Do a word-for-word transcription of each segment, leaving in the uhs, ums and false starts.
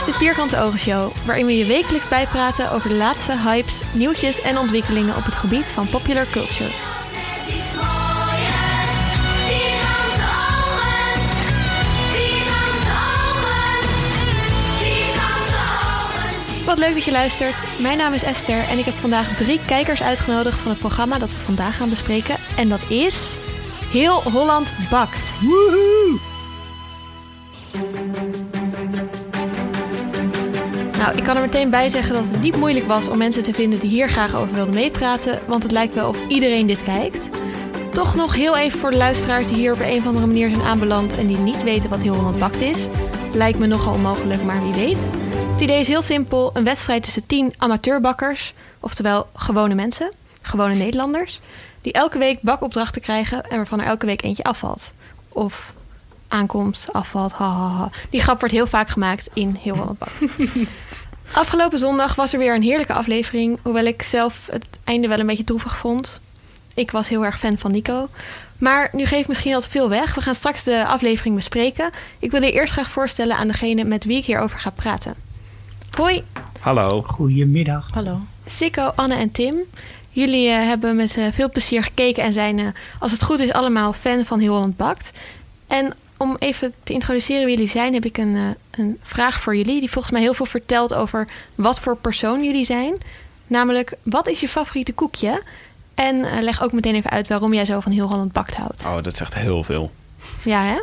de Vierkante Ogen Show, waarin we je wekelijks bijpraten over de laatste hypes, nieuwtjes en ontwikkelingen op het gebied van popular culture. Wat leuk dat je luistert. Mijn naam is Esther en ik heb vandaag drie kijkers uitgenodigd van het programma dat we vandaag gaan bespreken. En dat is Heel Holland Bakt. Woehoe! Nou, ik kan er meteen bij zeggen dat het niet moeilijk was om mensen te vinden die hier graag over wilden meepraten, want het lijkt wel of iedereen dit kijkt. Toch nog heel even voor de luisteraars die hier op een of andere manier zijn aanbeland en die niet weten wat Heel Holland Bakt is. Lijkt me nogal onmogelijk, maar wie weet. Het idee is heel simpel, een wedstrijd tussen tien amateurbakkers, oftewel gewone mensen, gewone Nederlanders, die elke week bakopdrachten krijgen en waarvan er elke week eentje afvalt. Of aankomst, afvalt, hahaha. Die grap wordt heel vaak gemaakt in Heel Holland Bakt. Afgelopen zondag was er weer een heerlijke aflevering, hoewel ik zelf het einde wel een beetje droevig vond. Ik was heel erg fan van Nico. Maar nu geef ik misschien al te veel weg. We gaan straks de aflevering bespreken. Ik wil je eerst graag voorstellen aan degene met wie ik hierover ga praten. Hoi. Hallo. Goedemiddag. Hallo. Sikko, Anne en Tim. Jullie uh, hebben met uh, veel plezier gekeken en zijn, uh, als het goed is, allemaal fan van Heel Holland Bakt. En om even te introduceren wie jullie zijn, heb ik een, uh, een vraag voor jullie. Die volgens mij heel veel vertelt over wat voor persoon jullie zijn. Namelijk, wat is je favoriete koekje? En uh, leg ook meteen even uit waarom jij zo van Heel Holland Bakt houdt. Oh, dat zegt heel veel. Ja, hè?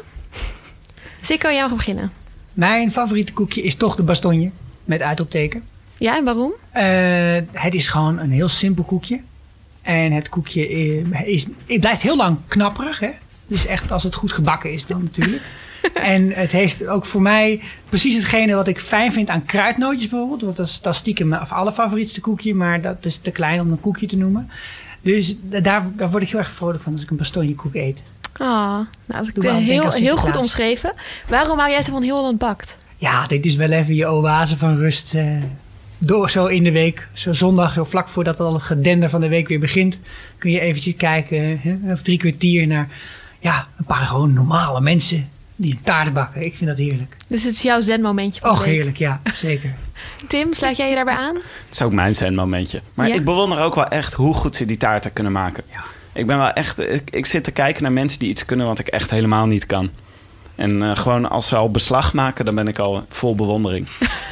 Sikko, jij mag beginnen. Mijn favoriete koekje is toch de bastonje met uitroepteken. Ja, en waarom? Uh, het is gewoon een heel simpel koekje. En het koekje is, is, het blijft heel lang knapperig. Hè? Dus echt als het goed gebakken is dan natuurlijk. En het heeft ook voor mij precies hetgene wat ik fijn vind aan kruidnootjes bijvoorbeeld. Want dat is, dat is stiekem mijn allerfavorietste koekje. Maar dat is te klein om een koekje te noemen. Dus daar, daar word ik heel erg vrolijk van als ik een bastonje koek eet. Ah, oh, nou, dat is heel, heel goed omschreven. Waarom hou jij zo van Heel Holland Bakt? Ja, dit is wel even je oase van rust. Uh, door zo in de week, zo zondag, zo vlak voordat al het gedender van de week weer begint, kun je eventjes kijken, hè, drie kwartier naar ja, een paar gewoon normale mensen die een taart bakken. Ik vind dat heerlijk. Dus het is jouw zenmomentje van Och, heerlijk, ja, zeker. Tim, sluit jij je daarbij aan? Het is ook mijn zenmomentje. Maar ja? Ik bewonder ook wel echt hoe goed ze die taarten kunnen maken. Ja. Ik ben wel echt, ik, ik zit te kijken naar mensen die iets kunnen wat ik echt helemaal niet kan. En uh, gewoon als ze al beslag maken, dan ben ik al vol bewondering.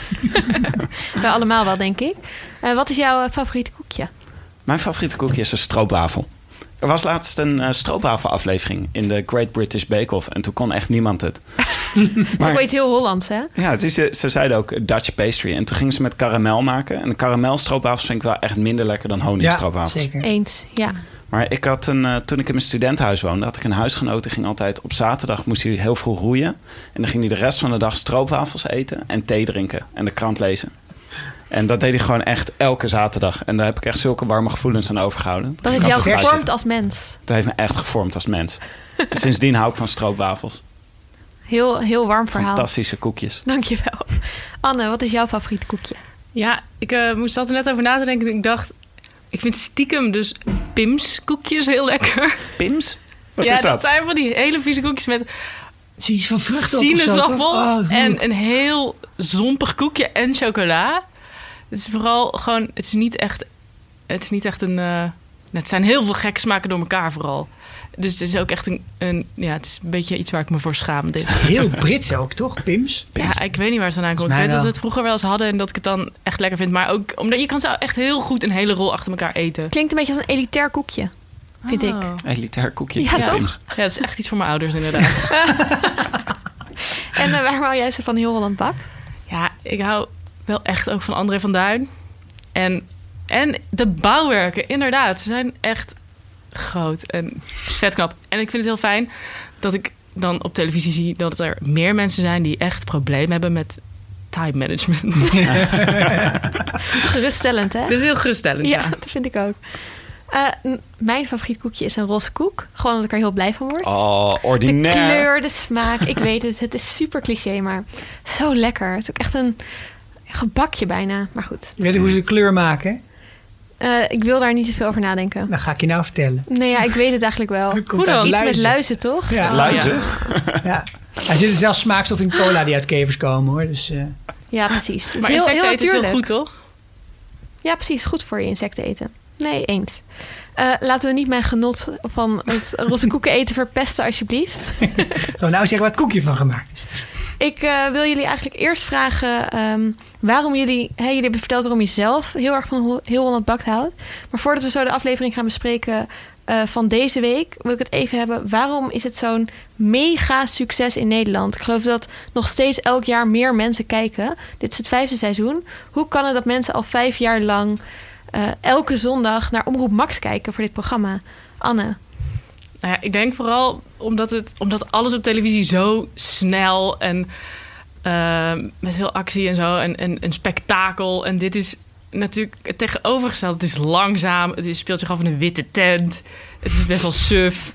Wij allemaal wel, denk ik. Uh, wat is jouw uh, favoriete koekje? Mijn favoriete koekje is een stroopwafel. Er was laatst een uh, stroopwafelaflevering in de Great British Bake Off. En toen kon echt niemand het. Het is ook iets heel Hollands, hè? Ja, het is, ze zeiden ook Dutch pastry. En toen gingen ze met karamel maken. En de karamelstroopwafels vind ik wel echt minder lekker dan honingstroopwafels. Ja, zeker. Eens, ja. Maar ik had een, uh, toen ik in mijn studentenhuis woonde, had ik een huisgenoot. Die ging altijd op zaterdag, moest hij heel vroeg roeien. En dan ging hij de rest van de dag stroopwafels eten en thee drinken en de krant lezen. En dat deed hij gewoon echt elke zaterdag. En daar heb ik echt zulke warme gevoelens aan overgehouden. Dat heeft jou gevormd als mens. Dat heeft me echt gevormd als mens. Sindsdien hou ik van stroopwafels. Heel, heel warm verhaal. Fantastische koekjes. Dankjewel. Anne, wat is jouw favoriete koekje? Ja, ik uh, moest altijd net over na te denken. Ik dacht, ik vind stiekem dus Pim's koekjes heel lekker. Pim's? Wat ja, is dat? dat zijn van die hele vieze koekjes met iets van vruchten sinaasappel oh, en een heel zompig koekje en chocola. Het is vooral gewoon, het is niet echt, het is niet echt een, uh, het zijn heel veel gekke smaken door elkaar vooral. Dus het is ook echt een, een, ja, het is een beetje iets waar ik me voor schaam. Dit. Heel Brits ook, toch? Pim's? Ja, ik weet niet waar het vandaan komt. Ik weet wel. dat we het vroeger wel eens hadden en dat ik het dan echt lekker vind. Maar ook omdat je kan zo echt heel goed een hele rol achter elkaar eten. Klinkt een beetje als een elitair koekje, vind oh. ik. Elitair koekje. Ja, ja, toch? Ja, dat is echt iets voor mijn ouders inderdaad. En uh, waarom hou jij ze van Heel Holland Bakt? Ja, ik hou wel echt ook van André van Duin. En, en de bouwwerken, inderdaad. Ze zijn echt groot en vet knap. En ik vind het heel fijn dat ik dan op televisie zie dat er meer mensen zijn die echt problemen hebben met time management. Ja. Geruststellend, hè? Dat is heel geruststellend, ja. ja. Dat vind ik ook. Uh, mijn favoriet koekje is een roze koek. Gewoon dat ik er heel blij van word. Oh, ordinair. De kleur, de smaak. Ik weet het, het is super cliché, maar zo lekker. Het is ook echt een gebakje bijna, maar goed. Je weet hoe ze de kleur maken, Uh, ik wil daar niet te veel over nadenken. Dan ga ik je nou vertellen. Nee, ja, ik weet het eigenlijk wel. Hoe dan? Iets luizen. Met luizen, toch? Ja, oh, luizen. Ja. Er zit zelfs smaakstof in cola die uit kevers komen, hoor. Dus, uh... Ja, precies. Het is Maar heel, insecten heel eten is heel natuurlijk. goed, toch? Ja, precies. Goed voor je insecten eten. Nee, eens. Uh, laten we niet mijn genot van het roze koeken eten verpesten, alsjeblieft. Gaan we nou zeggen waar het koekje van gemaakt is? Ik uh, wil jullie eigenlijk eerst vragen um, waarom jullie... Hey, jullie hebben verteld waarom je zelf heel erg van Heel Holland Bakt houdt. Maar voordat we zo de aflevering gaan bespreken uh, van deze week... wil ik het even hebben. Waarom is het zo'n mega succes in Nederland? Ik geloof dat nog steeds elk jaar meer mensen kijken. Dit is het vijfde seizoen. Hoe kan het dat mensen al vijf jaar lang... Uh, elke zondag naar Omroep Max kijken voor dit programma? Anne? Nou ja, ik denk vooral omdat, het, omdat alles op televisie zo snel en uh, met veel actie en zo en, en een spektakel. En dit is natuurlijk het tegenovergestelde. Het is langzaam, het is, speelt zich af in een witte tent. Het is best wel suf.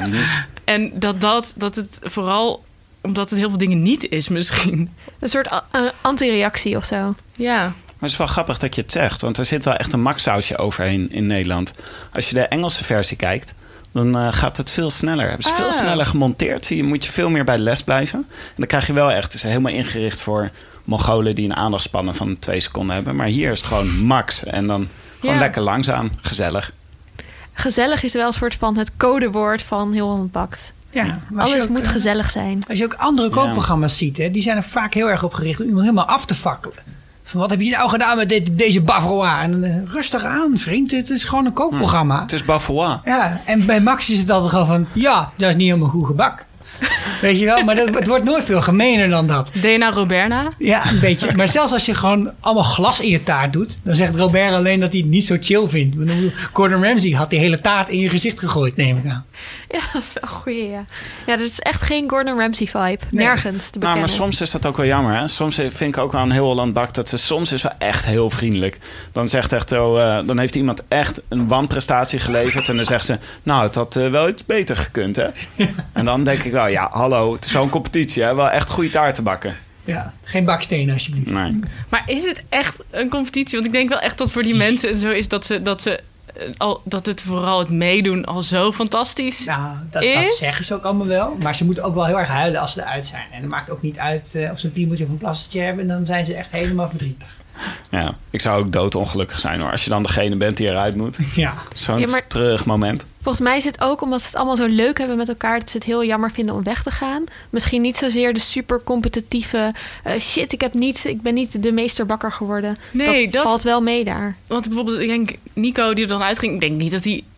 En dat, dat, dat het vooral omdat het heel veel dingen niet is misschien. Een soort a- uh, anti-reactie of zo. Ja. Maar het is wel grappig dat je het zegt, want er zit wel echt een Max-sausje overheen in Nederland. Als je de Engelse versie kijkt, dan uh, gaat het veel sneller. Hebben ze ah. veel sneller gemonteerd. Zie je, moet je veel meer bij de les blijven. En dan krijg je wel echt, het is helemaal ingericht voor Mongolen die een aandachtspannen van twee seconden hebben. Maar hier is het gewoon Max en dan gewoon ja. lekker langzaam, gezellig. Gezellig is wel een soort van het codewoord van Heel Holland Bakt. Ja, maar alles ook, moet uh, gezellig zijn. Als je ook andere kookprogramma's ja. ziet, hè, die zijn er vaak heel erg op gericht om iemand helemaal af te fakkelen. Van, wat heb je nou gedaan met dit, deze bavarois? En uh, rustig aan, vriend. Het is gewoon een kookprogramma. Hmm, het is bavarois. Ja, en bij Max is het altijd gewoon van... Ja, dat is niet helemaal goed gebak. Weet je wel? Maar dat, het wordt nooit veel gemener dan dat. Deed je nou Roberna? Ja, een beetje. Maar zelfs als je gewoon allemaal glas in je taart doet... dan zegt Robert alleen dat hij het niet zo chill vindt. Gordon Ramsay had die hele taart in je gezicht gegooid, neem ik aan. Ja, dat is wel een goeie, ja. Ja, dat is echt geen Gordon Ramsay vibe. Nee. Nergens te bekennen. Nou, maar soms is dat ook wel jammer. Hè? Soms vind ik ook wel aan Heel Holland Bakt... dat ze soms is wel echt heel vriendelijk. Dan zegt echt zo... Uh, dan heeft iemand echt een wanprestatie geleverd... en dan zegt ze... Nou, het had uh, wel iets beter gekund, hè? Ja. En dan denk ik wel... Ja, hallo, het is zo'n competitie, hè? Wel echt goede taart te bakken. Ja, geen bakstenen alsjeblieft. Nee. Maar is het echt een competitie? Want ik denk wel echt dat voor die mensen en zo is dat ze... Dat ze Al, dat het vooral het meedoen al zo fantastisch nou, dat, is. Dat zeggen ze ook allemaal wel. Maar ze moeten ook wel heel erg huilen als ze eruit zijn. En het maakt ook niet uit uh, of ze een piemeltje of een plastertje hebben. Dan zijn ze echt helemaal verdrietig. Ja, ik zou ook doodongelukkig zijn hoor. Als je dan degene bent die eruit moet. Ja. Zo'n ja, maar treurig moment. Volgens mij is het ook omdat ze het allemaal zo leuk hebben met elkaar... dat ze het heel jammer vinden om weg te gaan. Misschien niet zozeer de super competitieve... Uh, shit, ik, heb niet, ik ben niet de meesterbakker geworden. Nee, dat, dat valt wel mee daar. Want bijvoorbeeld, ik denk Nico die er dan uitging... ik denk niet dat hij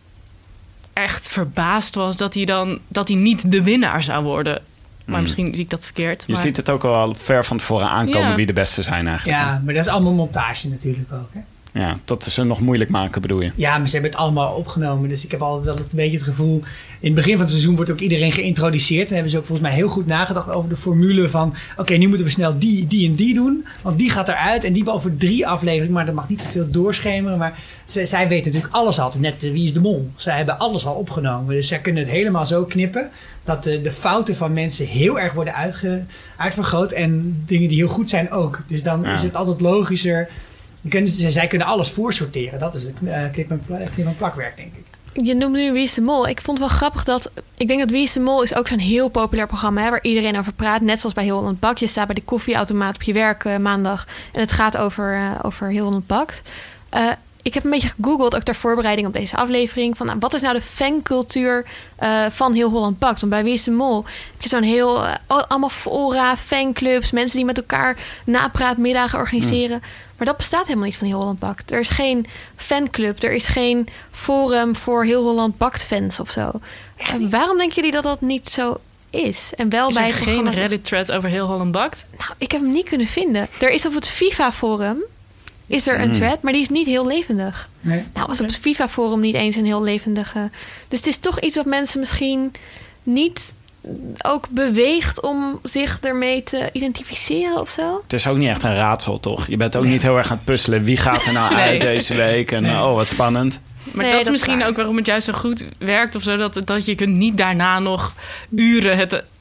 echt verbaasd was... dat hij dan dat hij niet de winnaar zou worden... Maar mm. misschien zie ik dat verkeerd. Je maar... ziet het ook al ver van tevoren aankomen ja. wie de beste zijn eigenlijk. Ja, maar dat is allemaal montage natuurlijk ook. Hè? Ja, dat ze nog moeilijk maken bedoel je? Ja, maar ze hebben het allemaal opgenomen. Dus ik heb altijd wel een beetje het gevoel... In het begin van het seizoen wordt ook iedereen geïntroduceerd. En hebben ze ook volgens mij heel goed nagedacht over de formule van... Oké, okay, nu moeten we snel die, die en die doen. Want die gaat eruit en die over drie afleveringen. Maar dat mag niet te veel doorschemeren. Maar ze, zij weten natuurlijk alles al. Net uh, Wie is de Mol? Zij hebben alles al opgenomen. Dus zij kunnen het helemaal zo knippen... dat de, de fouten van mensen heel erg worden uitge, uitvergroot. En dingen die heel goed zijn ook. Dus dan ja. is het altijd logischer... Kunnen, zij kunnen alles voorsorteren. Dat is het uh, knip- en, knip- en plakwerk, denk ik. Je noemt nu Wie is de Mol. Ik vond het wel grappig dat... Ik denk dat Wie is de Mol is ook zo'n heel populair programma... Hè, waar iedereen over praat. Net zoals bij Heel Holland Bakt. Je staat bij de koffieautomaat op je werk uh, maandag... en het gaat over, uh, over Heel Holland Bakt. Uh, ik heb een beetje gegoogeld, ook ter voorbereiding op deze aflevering... van nou, wat is nou de fancultuur uh, van Heel Holland Bakt? Want bij Wie is de Mol heb je zo'n heel... Uh, allemaal fora, fanclubs... mensen die met elkaar napraatmiddagen organiseren... Mm. Maar dat bestaat helemaal niet van Heel Holland Bakt. Er is geen fanclub, er is geen forum voor Heel Holland Bakt fans of zo. En waarom denken jullie dat dat niet zo is? En wel is bij er geen Reddit-thread over Heel Holland Bakt? Nou, ik heb hem niet kunnen vinden. Er is op het FIFA-forum is er een thread, maar die is niet heel levendig. Nee. Nou, was op het FIFA-forum niet eens een heel levendige... Dus het is toch iets wat mensen misschien niet... ook beweegt om zich ermee te identificeren of zo? Het is ook niet echt een raadsel, toch? Je bent ook nee. niet heel erg aan het puzzelen. Wie gaat er nou nee. uit deze week? En nee. oh, wat spannend. Maar nee, dat is dat misschien is ook waarom het juist zo goed werkt of zo. Dat, dat je kunt niet daarna nog uren het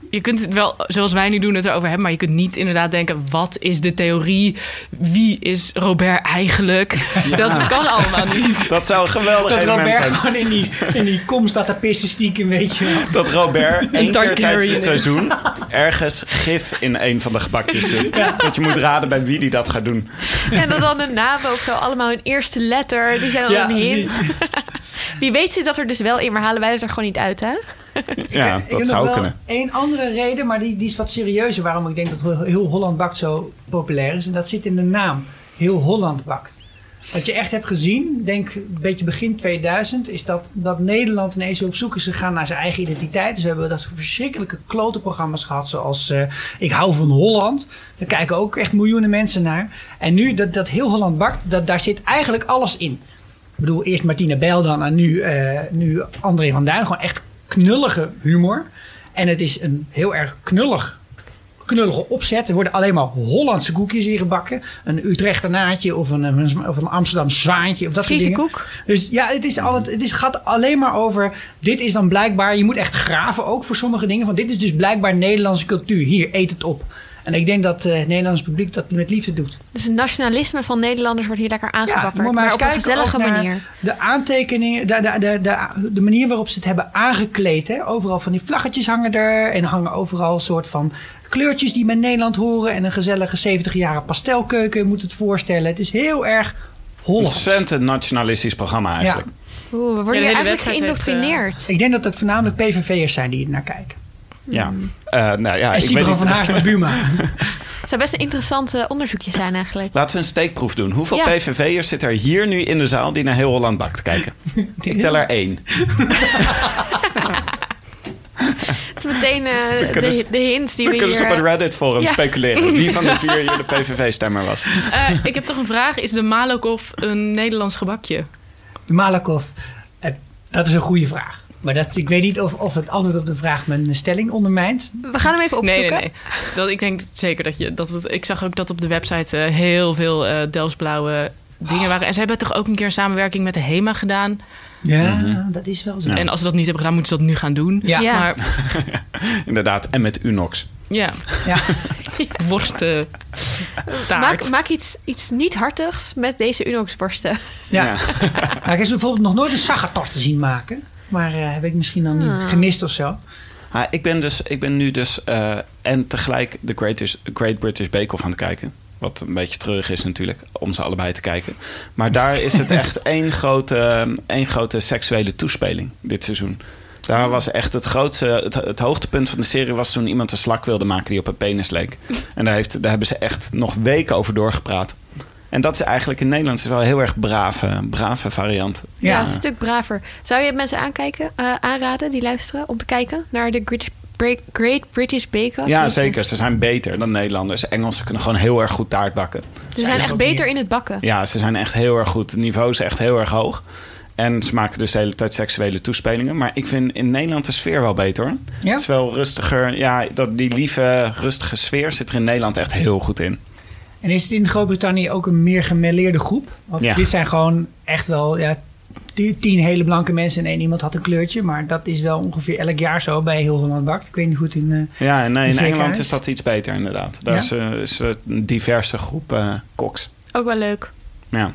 je kunt het wel, zoals wij nu doen, het erover hebben... maar je kunt niet inderdaad denken... wat is de theorie? Wie is Robert eigenlijk? Ja. Dat kan allemaal niet. Dat zou een geweldig dat element Robert zijn. gewoon in die, in die kom staat te pissen stiekem, weet je wel. Dat Robert één keer Targaryen tijdens het is. seizoen... ergens gif in een van de gebakjes doet. Ja. Dat je moet raden bij wie die dat gaat doen. En dat dan de namen ook zo allemaal hun eerste letter. Die zijn dan Ja, een hint. precies. Wie weet zit dat er dus wel in, maar halen wij het er gewoon niet uit, hè? Ja, ik dat heb zou nog wel kunnen. één andere reden, maar die, die is wat serieuzer... waarom ik denk dat Heel Holland Bakt zo populair is. En dat zit in de naam. Heel Holland Bakt. Wat je echt hebt gezien, denk een beetje begin tweeduizend... is dat, dat Nederland ineens weer op zoek is gegaan naar zijn eigen identiteit. Dus we hebben dat soort verschrikkelijke klote programma's gehad... zoals uh, Ik hou van Holland. Daar kijken ook echt miljoenen mensen naar. En nu, dat, dat Heel Holland Bakt, dat, daar zit eigenlijk alles in. Ik bedoel, eerst Martina Bijl dan en nu, uh, nu André van Duin. Gewoon echt knullige humor. En het is een heel erg knullig, knullige opzet. Er worden alleen maar Hollandse koekjes hier gebakken. Een Utrechter naadje of een, een, of een Amsterdam zwaantje. Of dat Friese soort dingen. koek. Dus ja, het, is al het, het is, gaat alleen maar over... Dit is dan blijkbaar... Je moet echt graven ook voor sommige dingen. Want dit is dus blijkbaar Nederlandse cultuur. Hier, eet het op. En ik denk dat uh, het Nederlandse publiek dat met liefde doet. Dus het nationalisme van Nederlanders wordt hier lekker aangebakken. Ja, maar, maar op een kijken gezellige ook naar manier. De aantekeningen, de, de, de, de, de manier waarop ze het hebben aangekleed. Hè? Overal van die vlaggetjes hangen er. En hangen overal een soort van kleurtjes die bij Nederland horen. En een gezellige zeventig-jarige pastelkeuken moet het voorstellen. Het is heel erg Hollands. Ontzettend nationalistisch programma eigenlijk. Ja. Oeh, we worden Ja, hier de hele eigenlijk website geïndoctrineerd. heeft, Ik denk dat het voornamelijk P V V'ers zijn die er naar kijken. Ja. Uh, nou ja, En ik weet Sibran niet. van Haarsma Buma. Het zou best een interessant uh, onderzoekje zijn eigenlijk. Laten we een steekproef doen. Hoeveel Ja. P V V'ers zitten er hier nu in de zaal die naar Heel Holland Bakt kijken? Ik tel er één. Het is meteen uh, kunnen de, ze- de hints die We we kunnen hier... ze op het Reddit-forum Ja. speculeren. Wie van de vier hier de P V V-stemmer was. Uh, ik heb toch een vraag. Is de Malakoff een Nederlands gebakje? De Malakoff. eh, Dat is een goede vraag. Maar dat, ik weet niet of, of het antwoord op de vraag mijn stelling ondermijnt. We gaan hem even opzoeken. Nee, nee, nee. Dat, ik denk zeker dat je... Dat het, ik zag ook dat op de website uh, heel veel uh, Delftsblauwe dingen waren. En ze hebben toch ook een keer een samenwerking met de HEMA gedaan. Ja, Mhm. dat is wel zo. Ja. En als ze dat niet hebben gedaan, moeten ze dat nu gaan doen. Ja. Ja. Maar Inderdaad. En met Unox. ja, Ja. worsten, taart. Maak, maak iets, iets niet hartigs met deze Unox-borsten. Ja. Ja. Nou, ik heb ze bijvoorbeeld nog nooit een saggertorte zien maken. Maar uh, heb ik misschien dan niet Ah. gemist of zo. Ah, ik, ben dus, ik ben nu dus uh, en tegelijk de Great, Great British Bake Off aan het kijken. Wat een beetje treurig is natuurlijk, om ze allebei te kijken. Maar daar is het echt één grote, één grote seksuele toespeling dit seizoen. Daar was echt het grootste, het, het hoogtepunt van de serie was toen iemand een slak wilde maken die op een penis leek. En daar, heeft, daar hebben ze echt nog weken over doorgepraat. En dat is eigenlijk in Nederland is wel een heel erg brave, brave variant. Ja, Ja. een stuk braver. Zou je mensen aankijken, uh, aanraden die luisteren om te kijken naar de British Break, Great British Bake Off? Ja, zeker. Ze zijn beter dan Nederlanders. Engelsen kunnen gewoon heel erg goed taart bakken. Ze zijn echt ook beter meer. in het bakken. Ja, ze zijn echt heel erg goed. Het niveau is echt heel erg hoog. En ze maken dus de hele tijd seksuele toespelingen. Maar ik vind in Nederland de sfeer wel beter hoor. Ja? Het is wel rustiger. Ja, dat, die lieve, rustige sfeer zit er in Nederland echt heel goed in. En is het in Groot-Brittannië ook een meer gemêleerde groep? Want Ja. dit zijn gewoon echt wel ja, tien, tien hele blanke mensen en één iemand had een kleurtje. Maar dat is wel ongeveer elk jaar zo bij Heel Holland Bakt. Ik weet niet goed in... Uh, Ja, en nee, in Zeker Engeland uit. is dat iets beter inderdaad. Daar Ja? is, uh, is uh, een diverse groep uh, koks. Ook wel leuk. Ja.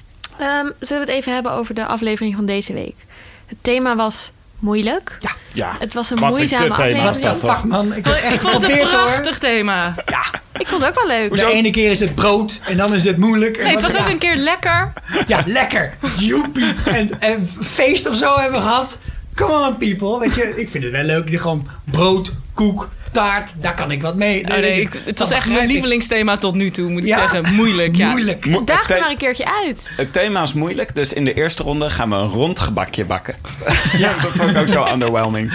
Um, zullen we het even hebben over de aflevering van deze week? Het thema was moeilijk. ja, Ja, Het was een wat een moeizame kutthema was aflevering. dat toch? fuck man. Ik heb echt Ik vond het een geprobeerd hoor. prachtig thema. Ja, Ik vond het ook wel leuk. de ene keer is het brood en dan is het moeilijk. En Nee, het wat- was ook ja, een keer lekker. Ja, lekker. Joepie. En, en feest of zo hebben we gehad. Come on people. Weet je, ik vind het wel leuk. Je gewoon brood, koek, taart. Daar kan ik wat mee. Oh, nee, ik, het was echt mijn lievelingsthema tot nu toe, moet ik Ja. zeggen. Moeilijk, ja. Moeilijk. Mo- Daag het, er the- maar een keertje uit. het thema is moeilijk, dus in de eerste ronde gaan we een rond gebakje bakken. Ja, dat vond ik ook zo underwhelming.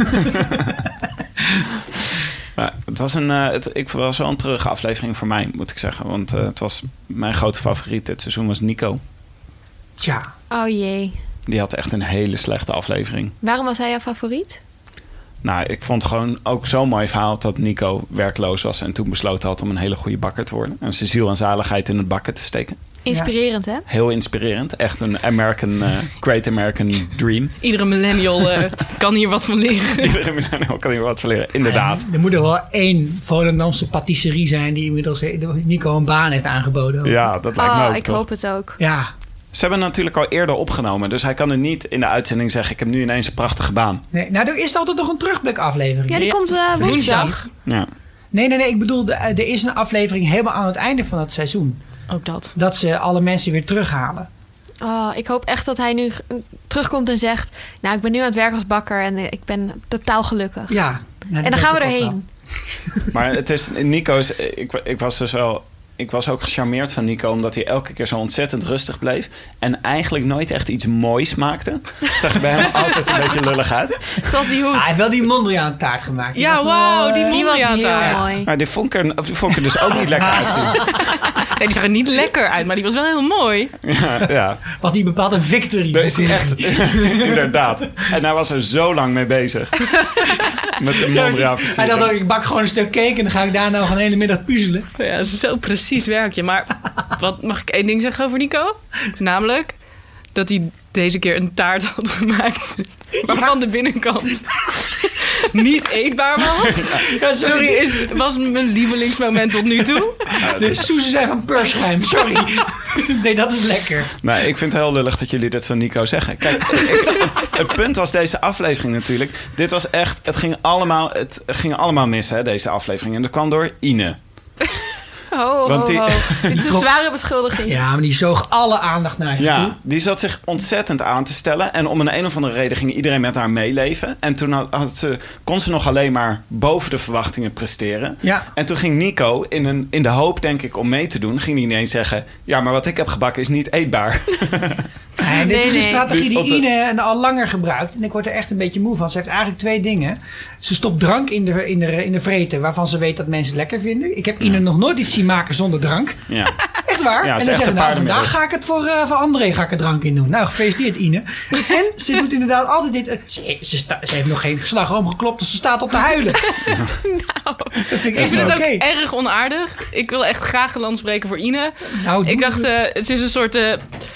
Maar het was een, uh, het, ik was wel een terug aflevering voor mij, moet ik zeggen. Want uh, het was mijn grote favoriet dit seizoen was Nico. Tja. Oh jee. Die had echt een hele slechte aflevering. Waarom was hij jouw favoriet? Nou, ik vond gewoon ook zo'n mooi verhaal dat Nico werkloos was en toen besloten had om een hele goede bakker te worden. En zijn ziel en zaligheid in het bakken te steken. Inspirerend, hè? Heel inspirerend. Echt een American, uh, great American dream. Iedere millennial uh, kan hier wat van leren. Iedere millennial kan hier wat van leren, inderdaad. Ja, er moet er wel één Volendamse patisserie zijn die inmiddels Nico een baan heeft aangeboden. Ja, dat lijkt me Oh, ook, ik toch? hoop het ook. Ja. Ze hebben natuurlijk al eerder opgenomen. Dus hij kan er niet in de uitzending zeggen... ik heb nu ineens een prachtige baan. Nee, nou, er is altijd nog een terugblikaflevering. Ja, die Ja. komt uh, woensdag. Woensdag. Ja. Nee, nee, nee. Ik bedoel, de- er is een aflevering helemaal aan het einde van het seizoen. Ook dat. Dat ze alle mensen weer terughalen. Oh, ik hoop echt dat hij nu g- terugkomt en zegt... nou, ik ben nu aan het werk als bakker en eh, ik ben totaal gelukkig. Ja. Nou, en dan dat gaan we denk ik ook erheen. Maar het is... Nico is... Ik, ik was dus wel... Ik was ook gecharmeerd van Nico... omdat hij elke keer zo ontzettend rustig bleef... en eigenlijk nooit echt iets moois maakte. Het zag er bij hem altijd een beetje lullig uit. Zoals die hoed. Ah, hij heeft wel die Mondriaan taart gemaakt. Die Ja, was nog wauw, wel, die eh, die was heel Mondriaan-taart. mooi. Maar die vond ik er, die vond ik er dus ook niet lekker uitzien. Nee, die zag er niet lekker uit, maar die was wel heel mooi. Ja, ja. was die bepaalde victory. Daar is hij echt... Inderdaad. En hij was er zo lang mee bezig. Met de Ja, Mondriaan precies. Hij dacht ook, ik bak gewoon een stuk cake... en dan ga ik daar nou gewoon de hele middag puzzelen. Ja, dat is zo precies werkje. Maar wat mag ik één ding zeggen over Nico? Namelijk dat hij deze keer een taart had gemaakt... waarvan de binnenkant niet eetbaar was. Ja, Sorry, is, was mijn lievelingsmoment tot nu toe. De soezen zijn van peurschuim, sorry. Nee, dat is lekker. Nee, ik vind het heel lullig dat jullie dit van Nico zeggen. Kijk, ik, het punt was deze aflevering natuurlijk. Dit was echt... Het ging allemaal, het ging allemaal mis, hè, deze aflevering. En dat kwam door Ine. Oh, oh, Want die- oh. Dit is een zware beschuldiging. Ja, maar die zoog alle aandacht naar je toe. Ja, die zat zich ontzettend aan te stellen. En om een, een of andere reden ging iedereen met haar meeleven. En toen had, had ze, kon ze nog alleen maar boven de verwachtingen presteren. Ja. En toen ging Nico, in, een, in de hoop denk ik om mee te doen... ging hij ineens zeggen... ja, maar wat ik heb gebakken is niet eetbaar. En dit Nee, is een nee. strategie Dit- die Ine al langer gebruikt. En ik word er echt een beetje moe van. Ze heeft eigenlijk twee dingen. Ze stopt drank in de, in de, in de vreten waarvan ze weet dat mensen het lekker vinden. Ik heb Ine nog nooit iets zien maken zonder drank. Ja. Echt waar. Ja, en ze dan is echt zegt ze, een nou, paardenmiddel. vandaag ga ik het voor, uh, voor André ga ik er drank in doen. Nou, gefeliciteerd Ine. En ze doet inderdaad altijd dit. uh, ze, ze, sta- ze heeft nog geen slagroom geklopt, dus ze staat op te huilen. Dat vind ik Ik echt vind niet het oké. ook erg onaardig. Ik wil echt graag een land spreken voor Ine. Nou, doe- Ik dacht, eh, het is een soort uh,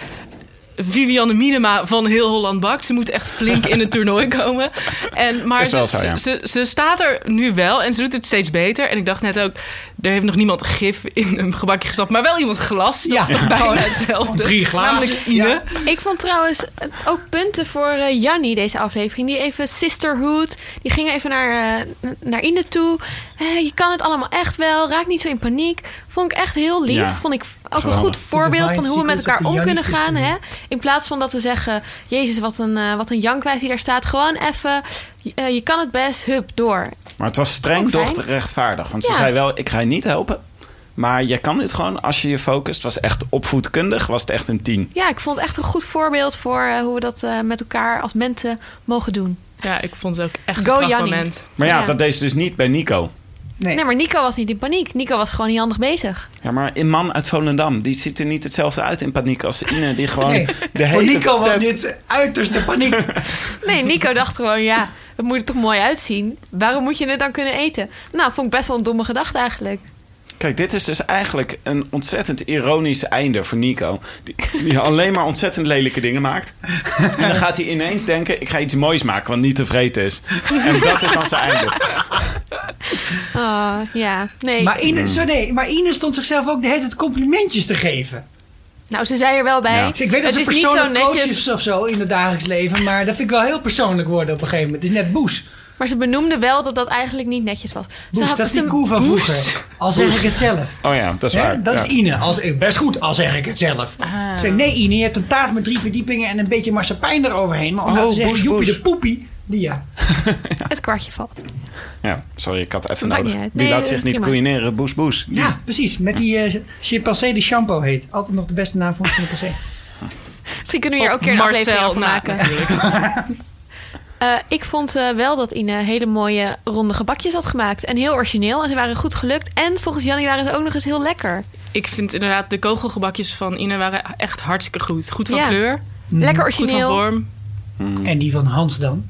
Vivianne Minema van heel Holland Bakt. Ze moet echt flink in het toernooi komen. En, maar Is wel ze, zo, ja. ze, ze staat er nu wel en ze doet het steeds beter. En ik dacht net ook, er heeft nog niemand gif in een gebakje gestopt, maar wel iemand glas. Dat Ja. is toch Ja. bijna hetzelfde. Drie glazen. Namelijk Ine. Ja. Ik vond trouwens ook punten voor uh, Jannie deze aflevering. Die even sisterhood. Die ging even naar, uh, naar Ine toe. Eh, je kan het allemaal echt wel. Raak niet zo in paniek. Vond ik echt heel lief. Ja, Vond ik ook een geweldig. goed voorbeeld The van hoe we met Divine elkaar Secrets of om the kunnen Jannie gaan. Hè? Sisterhood. In plaats van dat we zeggen... Jezus, wat een, uh, wat een jankwijf die daar staat. Gewoon even... Uh, je kan het best. Hup, door. Maar het was streng, Ook fijn. doch rechtvaardig. Want ze Ja. zei wel, ik ga je niet helpen. Maar je kan dit gewoon als je je focust. Het was echt opvoedkundig, was het echt een tien. Ja, ik vond het echt een goed voorbeeld voor uh, hoe we dat uh, met elkaar als mensen mogen doen. Ja, ik vond het ook echt Go, een Jannie. moment. Maar ja, Ja. dat deed ze dus niet bij Nico. Nee. Nee, maar Nico was niet in paniek. Nico was gewoon niet handig bezig. Ja, maar een man uit Volendam, die ziet er niet hetzelfde uit in paniek als Ine. Die gewoon Nee. de hele Voor Nico was tijd- dit uiterste paniek. Nee, Nico dacht gewoon, ja, het moet er toch mooi uitzien. Waarom moet je het dan kunnen eten? Nou, vond ik best wel een domme gedachte eigenlijk. Kijk, dit is dus eigenlijk een ontzettend ironisch einde voor Nico. Die, die alleen maar ontzettend lelijke dingen maakt. En dan gaat hij ineens denken, ik ga iets moois maken wat niet tevreden is. En dat is dan zijn einde. Oh, ja, nee. Maar Ine, zo nee, maar Ine stond zichzelf ook de hele tijd complimentjes te geven. Nou, ze zei er wel bij. Ja. Dus ik weet dat het ze is niet zo persoonlijk coach netjes, is of zo in het dagelijks leven. Maar dat vind ik wel heel persoonlijk worden op een gegeven moment. Het is net Boes. maar ze benoemde wel dat dat eigenlijk niet netjes was. Ze Boes, had- dat is die ze- koe van Boes. vroeger. Al zeg ik het zelf. Oh ja, dat is Hè? waar. Dat ja. is Ine. Als, best goed, al zeg ik het zelf. Ah. Ik zei, nee Ine, je hebt een taart met drie verdiepingen en een beetje marsepein eroverheen. Maar om Oh, nou te zeggen, Boes, joepie Boes. de poepie, die ja. Het kwartje valt. Ja, sorry, ik had het even Maakt nodig. niet uit. Die Nee, laat zich niet prima. koeineren, boes boes. Ja, precies. Met die uh, chimpansee die shampoo heet. Altijd nog de beste naam voor een chimpansee. Misschien kunnen we hier Op ook een keer een aflevering Marcel over na, maken. natuurlijk. Uh, ik vond uh, wel dat Ine hele mooie ronde gebakjes had gemaakt. En heel origineel. En ze waren goed gelukt. En volgens Jannie waren ze ook nog eens heel lekker. Ik vind inderdaad, de kogelgebakjes van Ine waren echt hartstikke goed. Goed van Ja. kleur, Lekker goed van origineel. vorm. En die van Hans dan?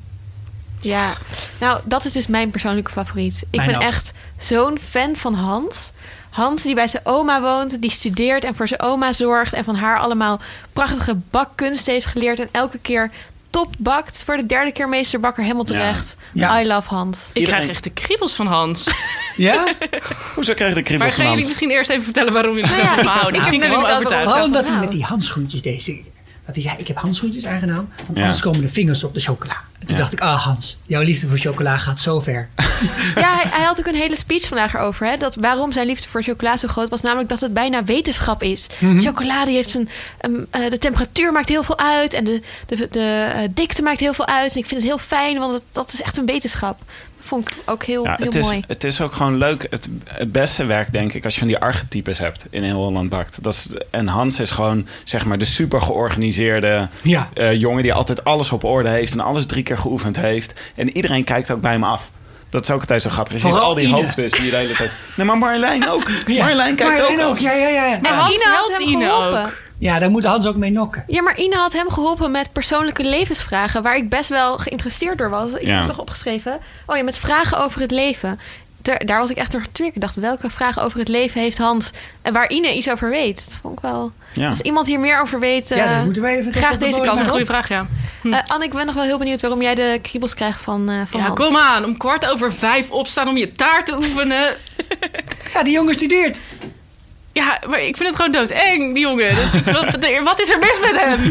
Ja, nou, dat is dus mijn persoonlijke favoriet. Ik Mijn ben ook. echt zo'n fan van Hans. Hans die bij zijn oma woont, die studeert en voor zijn oma zorgt en van haar allemaal prachtige bakkunst heeft geleerd en elke keer top bakt. Voor de derde keer meester Bakker, helemaal terecht. Ja. I love Hans. Ik Iedereen- krijg echt de kriebels van Hans. Ja? Hoezo krijg je de Maar kriebels gaan van jullie Hans? misschien eerst even vertellen waarom jullie Nou zo ja, van me ik- houden? ik Misschien heb kunnen we inderdaad overtuigen. Vooral omdat hij Nou. met die handschoentjes deze... Dat hij zei, ik heb handschoentjes aangedaan. Want Ja. anders komen de vingers op de chocola. En toen Ja. dacht ik, ah Hans, jouw liefde voor chocola gaat zo ver. Ja, hij, hij had ook een hele speech vandaag erover. Hè, dat waarom zijn liefde voor chocola zo groot was. Namelijk dat het bijna wetenschap is. Mhm. Chocolade heeft een... een eh, de temperatuur maakt heel veel uit. En de, de, de eh, dikte maakt heel veel uit. En ik vind het heel fijn, want het, dat is echt een wetenschap. Dat vond ik ook heel, Ja, heel het, is, mooi. het is ook gewoon leuk. Het, het beste werk, denk ik, als je van die archetypes hebt in heel Holland Bakt. Dat is, en Hans is gewoon, zeg maar, de super georganiseerde Ja. eh, jongen die altijd alles op orde heeft en alles drie keer geoefend heeft. En iedereen kijkt ook bij hem af. Dat is ook altijd zo grappig. Je ziet Vooral al die Ine. hoofden die de hele tijd... Nee, maar Marjolein ook. Ja. Marjolein kijkt Marjolein ook ook. af. Ja, ja, ja. Maar ja. Hans Ine had helpt hem Ine geholpen. ook. Ja, daar moet Hans ook mee nokken. Ja, maar Ine had hem geholpen met persoonlijke levensvragen... waar ik best wel geïnteresseerd door was. Ik Ja. heb nog opgeschreven. Oh ja, met vragen over het leven. Daar, daar was ik echt door getriggerd. Ik dacht, welke vragen over het leven heeft Hans... en waar Ine iets over weet? Dat vond ik wel... Ja. Als iemand hier meer over weet... Ja, eh, dat moeten wij even... graag tot de deze bodem kant Dat is een op. goede vraag, ja. Eh, Anne, ik ben nog wel heel benieuwd waarom jij de kriebels krijgt van, eh van Ja, Hans. kom aan. Om kwart over vijf opstaan om je taart te oefenen. Ja, die jongen studeert. Ja, maar ik vind het gewoon doodeng, die jongen. Dat, wat, wat is er mis met hem?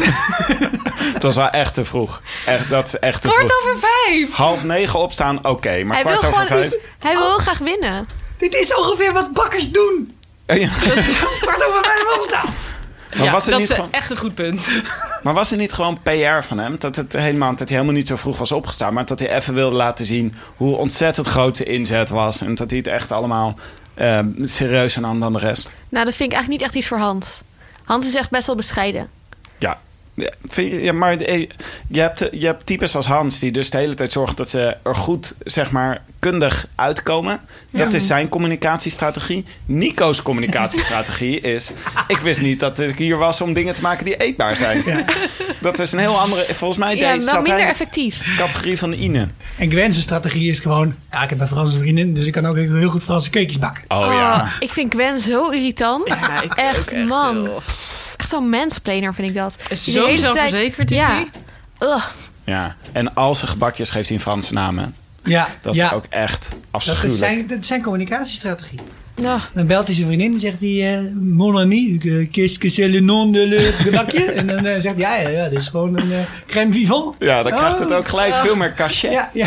Het was wel echt te vroeg. Echt, dat is echt te Kwart vroeg. over vijf. Half negen opstaan, oké. maar Hij wil kwart over gewoon vijf... iets- hij wil heel graag winnen. Dit is ongeveer wat bakkers doen. Ja. Kwart over vijf opstaan. Maar Ja, was het dat niet is gewoon- echt een goed punt. Maar was het niet gewoon P R van hem? Dat, het helemaal, dat hij helemaal niet zo vroeg was opgestaan. Maar dat hij even wilde laten zien hoe ontzettend groot zijn inzet was. En dat hij het echt allemaal uh, serieuzer nam dan de rest. Nou, dat vind ik eigenlijk niet echt iets voor Hans. Hans is echt best wel bescheiden. Ja, ja, vind je, ja maar eh, je hebt, je hebt types als Hans die dus de hele tijd zorgen dat ze er goed, zeg maar, kundig uitkomen. Dat is zijn communicatiestrategie. Nico's communicatiestrategie is... Ik wist niet dat ik hier was om dingen te maken die eetbaar zijn. Ja. Dat is een heel andere... Volgens mij Ja, deed, wel zat minder hij in effectief. de categorie van de Ine. En Gwen's strategie is gewoon... Ja, ik heb een Franse vriendin, dus ik kan ook heel goed Franse cakejes bakken. Oh, Oh, ja. ik vind Gwen zo irritant. Ja, ik echt, ook echt man. heel- Echt zo'n mansplainer vind ik dat. Is Die zo de hele zelfverzekerd, is ja. hij? Ugh. Ja. En al zijn gebakjes geeft hij een Franse namen. Ja, Dat ja. is ook echt Dat afschuwelijk. is zijn, dat is zijn communicatiestrategie. Ja. Dan belt hij zijn vriendin en zegt hij... eh, Mon ami, eh, qu'est-ce que c'est le nom de le gebakje? En dan eh, zegt hij, ja, ja, ja, dit is gewoon een eh, crème vivant. Ja, dan krijgt het Oh. ook gelijk veel meer cachet. Ja, ja.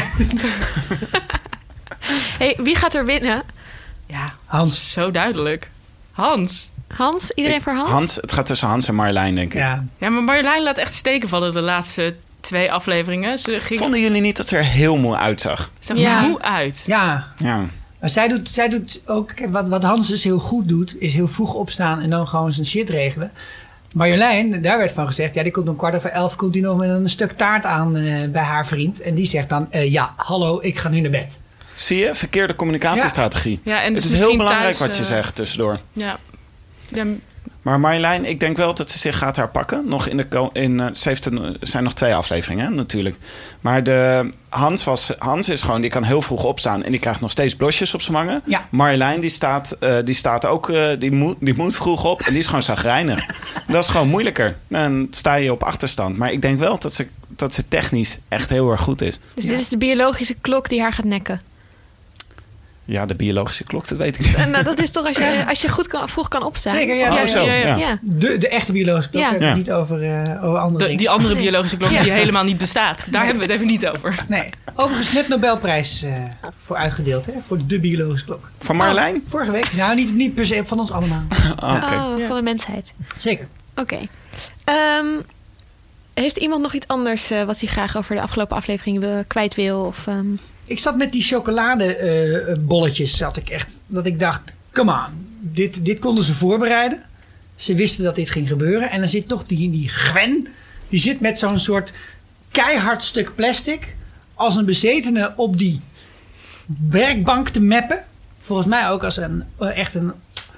Hey, wie gaat er winnen? Ja, Hans. zo duidelijk. Hans. Hans? Iedereen voor Hans? Hans, het gaat tussen Hans en Marjolein, denk ik. Ja. Ja, maar Marjolein laat echt steken vallen de laatste twee afleveringen. Ze ging Vonden jullie niet dat ze er heel mooi uitzag? zag Ja. er moe uit. Ja, Ja. maar zij doet, zij doet ook... kijk, Wat, wat Hans dus heel goed doet, is heel vroeg opstaan en dan gewoon zijn shit regelen. Marjolein, daar werd van gezegd... ja, die komt om kwart over elf komt die nog met een stuk taart aan eh, bij haar vriend. En die zegt dan, eh, ja, hallo, ik ga nu naar bed. Zie je? Verkeerde communicatiestrategie. Ja, en dus het is heel misschien belangrijk thuis, wat je eh, zegt tussendoor. Ja. ja. Maar Marjolein, ik denk wel dat ze zich gaat herpakken. Nog in de ko- in, uh, ze heeft een, er zijn nog twee afleveringen, hè, natuurlijk. Maar de, Hans, was, Hans is gewoon, die kan heel vroeg opstaan... en die krijgt nog steeds blosjes op zijn wangen. Ja. Marjolein, die staat, uh, die staat ook... Uh, die, moet, die moet vroeg op en die is gewoon chagrijnig. Dat is gewoon moeilijker. Dan sta je op achterstand. Maar ik denk wel dat ze, dat ze technisch echt heel erg goed is. Dus dit is de biologische klok die haar gaat nekken. Ja, de biologische klok, dat weet ik niet. En, nou, dat is toch als je, als je goed kan, vroeg kan opstaan. Zeker, ja. Oh, zo, ja, ja. ja. Ja. De, de echte biologische klok, Ja. hebben we Ja. niet over, eh, over andere De, dingen. die andere biologische klok Ja. die helemaal niet bestaat. Daar hebben we het even niet over. Nee, overigens net Nobelprijs eh, voor uitgedeeld, hè? Voor de biologische klok. Van Marjolein? Vorige week. Nou, niet, niet per se van ons allemaal. Oh, oké. Oh, Ja. van de mensheid. Zeker. Oké. Ehm, heeft iemand nog iets anders eh, wat hij graag over de afgelopen aflevering wil, kwijt wil? Of, ehm, Ik zat met die chocoladebolletjes, zat ik echt, dat ik dacht, come on, dit, dit konden ze voorbereiden. Ze wisten dat dit ging gebeuren. En dan zit toch die, die Gwen, die zit met zo'n soort keihard stuk plastic als een bezetene op die werkbank te meppen. Volgens mij ook als een, echt een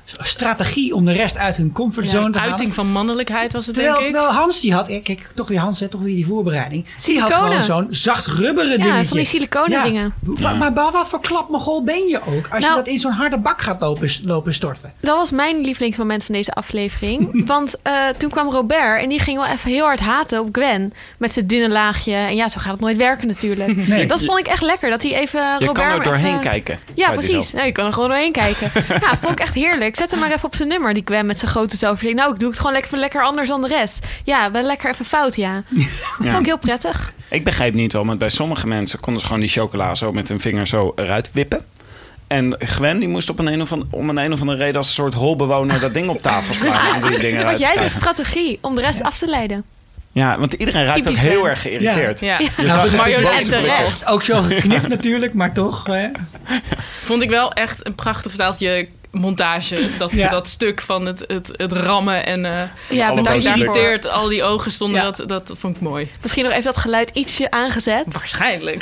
strategie om de rest uit hun comfortzone Ja, te halen. uiting van mannelijkheid was het, Terwijl, denk ik. terwijl Hans die had, kijk toch weer Hans, hè, toch weer die voorbereiding. Die had Siliconen. gewoon zo'n zacht rubberen Ja, dingetje. van die siliconen dingen. Maar, maar wat voor klapmogol ben je ook als Nou, je dat in zo'n harde bak gaat lopen, lopen storten? Dat was mijn lievelingsmoment van deze aflevering. Want uh, toen kwam Robert en die ging wel even heel hard haten op Gwen. Met zijn dunne laagje. En ja, zo gaat het nooit werken natuurlijk. Nee. Dat vond ik echt lekker. Dat hij even Je Robert kan er maar doorheen even... kijken. Ja, zei hij precies. zelf. Nou, je kan er gewoon doorheen kijken. Ja, vond ik echt heerlijk. Zet hem maar even op zijn nummer, die Gwen met zijn grote zelfverzekering. Nou, ik doe het gewoon lekker, lekker anders dan de rest. Ja, wel lekker even fout, ja. Ja. Vond ik heel prettig. Ik begreep niet wel, maar bij sommige mensen konden ze gewoon die chocola zo met hun vinger zo eruit wippen. En Gwen die moest op een, een of andere, om een, een of andere reden als een soort holbewoner dat ding op tafel slaan. Om die dingen eruit Wat te jij de krijgen. strategie om de rest af te leiden. Ja, want iedereen raakt Typisch ook heel Gwen. erg geïrriteerd. Ja. Je Nou, zag goed, echt die Marjolein boze terecht. blikken. Dat is ook zo geknipt natuurlijk, maar toch. Hè? Vond ik wel echt een prachtig staaltje montage. Dat, Ja. dat stuk van het, het, het rammen en uh, Ja, Alle bedankt boze daarvoor. irriteerd al die ogen stonden. Ja. Dat, dat vond ik mooi. Misschien nog even dat geluid ietsje aangezet. Waarschijnlijk.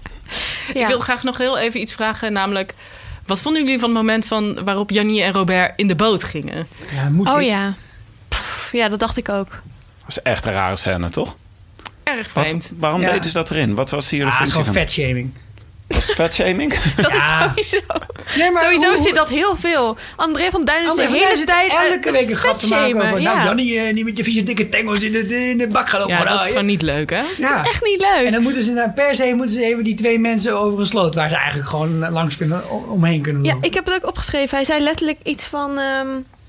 Ja. Ik wil graag nog heel even iets vragen. Namelijk, wat vonden jullie van het moment van waarop Jannie en Robert in de boot gingen? Ja, moet Oh dit? ja. Pff, ja, dat dacht ik ook. Dat is echt een rare scène, toch? Erg Wat, vreemd. waarom Ja. deden ze dat erin? Wat was hier de Ah, het is functie gewoon van? vetshaming. Was het vetshaming? Dat Ja. is sowieso... Nee, maar Sowieso hoe- zit dat heel veel. André van Duin is André de van hele Duin zit tijd... elke eh, week een grap te maken vetshamen, over... ja. Nou, Jannie, eh, niet met je vieze dikke tengels in de, in de bak gaan lopen. Ja, dat is Ah, gewoon niet leuk, hè? Ja. Echt niet leuk. En dan moeten ze nou, per se moeten ze even die twee mensen over een sloot... waar ze eigenlijk gewoon langs kunnen, omheen kunnen Ja, lopen. ik heb het ook opgeschreven. Hij zei letterlijk iets van... ehm,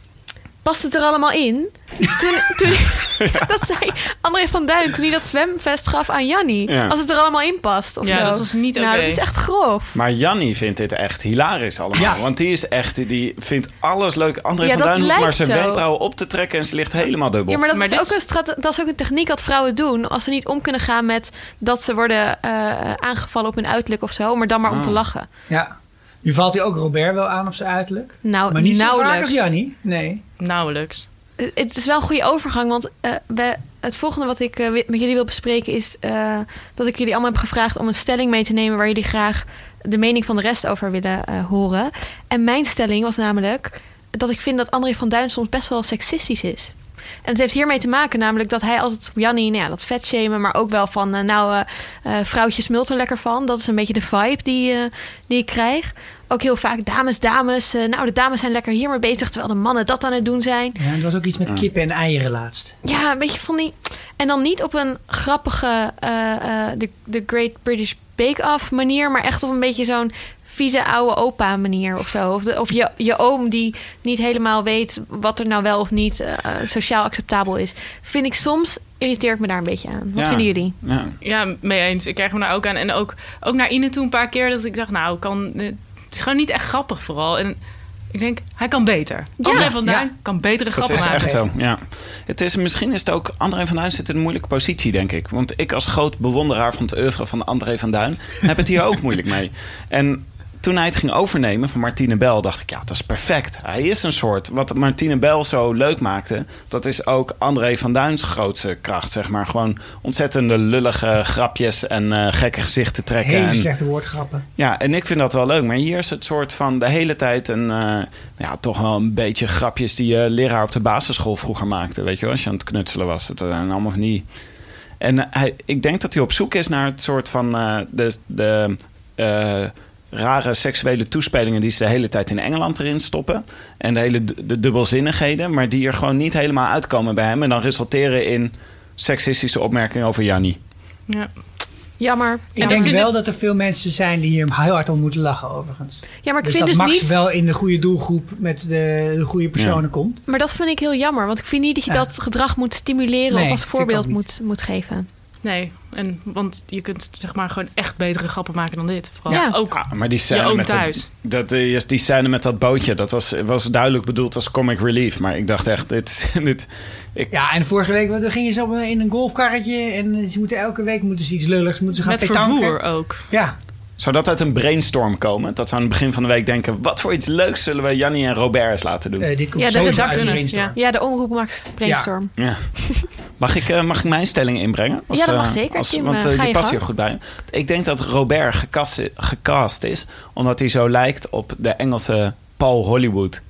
past het er allemaal in? Toen, toen, dat zei André van Duin toen hij dat zwemvest gaf aan Jannie. Ja. Als het er allemaal in past. Of Ja, zo. dat was niet Nou, oké. dat is echt grof. Maar Jannie vindt dit echt hilarisch allemaal. Ja. Want die is echt, die vindt alles leuk. André Ja, van dat Duin hoeft maar lijkt zijn zo. wenkbrauwen op te trekken en ze ligt helemaal dubbel. Ja, maar dat, Maar is dit ook is- een strate- dat is ook een techniek wat vrouwen doen. Als ze niet om kunnen gaan met dat ze worden eh, aangevallen op hun uiterlijk of zo. Maar dan maar om Ah. te lachen. Ja. Nu valt hij ook Robert wel aan op zijn uiterlijk. Nou, Maar niet zo vaak nauwelijks. als Jannie. Nee. Nauwelijks. Eh, Het is wel een goede overgang, want eh, we, het volgende wat ik eh, wi- met jullie wil bespreken is eh, dat ik jullie allemaal heb gevraagd om een stelling mee te nemen waar jullie graag de mening van de rest over willen eh, horen. En mijn stelling was namelijk dat ik vind dat André van Duin soms best wel seksistisch is. En het heeft hiermee te maken namelijk dat hij altijd Jannie, nou ja, dat vetshamen, maar ook wel van, eh, nou, eh eh, vrouwtje smult er lekker van. Dat is een beetje de vibe die, eh, die ik krijg. Ook heel vaak dames, dames. eh, nou, de dames zijn lekker hiermee bezig, terwijl de mannen dat aan het doen zijn. Ja, er was ook iets met kippen en eieren laatst. Ja, een beetje van die... En dan niet op een grappige eh, eh, de, de Great British Bake-Off manier... maar echt op een beetje zo'n vieze oude opa manier of zo. Of, de, of je, je oom die niet helemaal weet wat er nou wel of niet eh, sociaal acceptabel is. Vind ik soms, irriteert me daar een beetje aan. Wat Ja. vinden jullie? Ja. Ja, mee eens. Ik krijg me daar ook aan. En ook, ook naar Ine toe een paar keer dat ik dacht, nou, kan, het is gewoon niet echt grappig vooral. En ik denk, hij kan beter. Ja. André van Duin Ja. kan betere Dat grappen is maken. echt zo, ja. Het is, misschien is het ook... André van Duin zit in een moeilijke positie, denk ik. Want ik als groot bewonderaar van het oeuvre van André van Duin... heb het hier ook moeilijk mee. En toen hij het ging overnemen van Martine Bel... dacht ik, ja, dat is perfect. Hij is een soort... Wat Martine Bel zo leuk maakte... dat is ook André van Duins grootste kracht, zeg maar. Gewoon ontzettende lullige grapjes en eh, gekke gezichten trekken. Hele en, slechte woordgrappen. Ja, en ik vind dat wel leuk. Maar hier is het soort van de hele tijd een... eh, ja, toch wel een beetje grapjes die je leraar op de basisschool vroeger maakte. Weet je wel, als je aan het knutselen was. Het zijn allemaal van die... En eh, hij, ik denk dat hij op zoek is naar het soort van... eh, de, de eh, rare seksuele toespelingen die ze de hele tijd in Engeland erin stoppen. En de hele d- de dubbelzinnigheden. Maar die er gewoon niet helemaal uitkomen bij hem. En dan resulteren in seksistische opmerkingen over Jannie. Ja. Jammer. Ik Ja, denk vind wel ik- dat er veel mensen zijn die hier heel hard om moeten lachen, overigens. ja, maar ik Dus vind dat dus Max niet... wel in de goede doelgroep met de, de goede personen Ja. komt. Maar dat vind ik heel jammer. Want ik vind niet dat je Ja. dat gedrag moet stimuleren... Nee, of als vind ik voorbeeld ook niet. moet, moet geven. Nee, en, want je kunt zeg maar gewoon echt betere grappen maken dan dit. Vooral Ja. ook. Ja, maar die Je scène oom met thuis. Dat, dat, die, die scène met dat bootje, dat was, was duidelijk bedoeld als comic relief. Maar ik dacht echt, dit... dit ik, Ja, en vorige week wat, gingen ze op, een- in een golfkarretje en ze moeten elke week moeten ze iets lulligs, moeten ze gaan Met petanken. vervoer ook. Ja, Zou dat uit een brainstorm komen? Dat ze aan het begin van de week denken... wat voor iets leuks zullen we Jannie en Robert eens laten doen? eh, dit komt Ja, de sowieso uit redactie, de brainstorm. ja. Ja, de omroep Max Brainstorm. Ja. Mag ik, uh, mag ik mijn stelling inbrengen? Ja, dat mag uh, zeker, Tim. Want Uh, uh, ga die je past gang. hier goed bij. Ik denk dat Robert gecast, gecast is... omdat hij zo lijkt op de Engelse Paul Hollywood...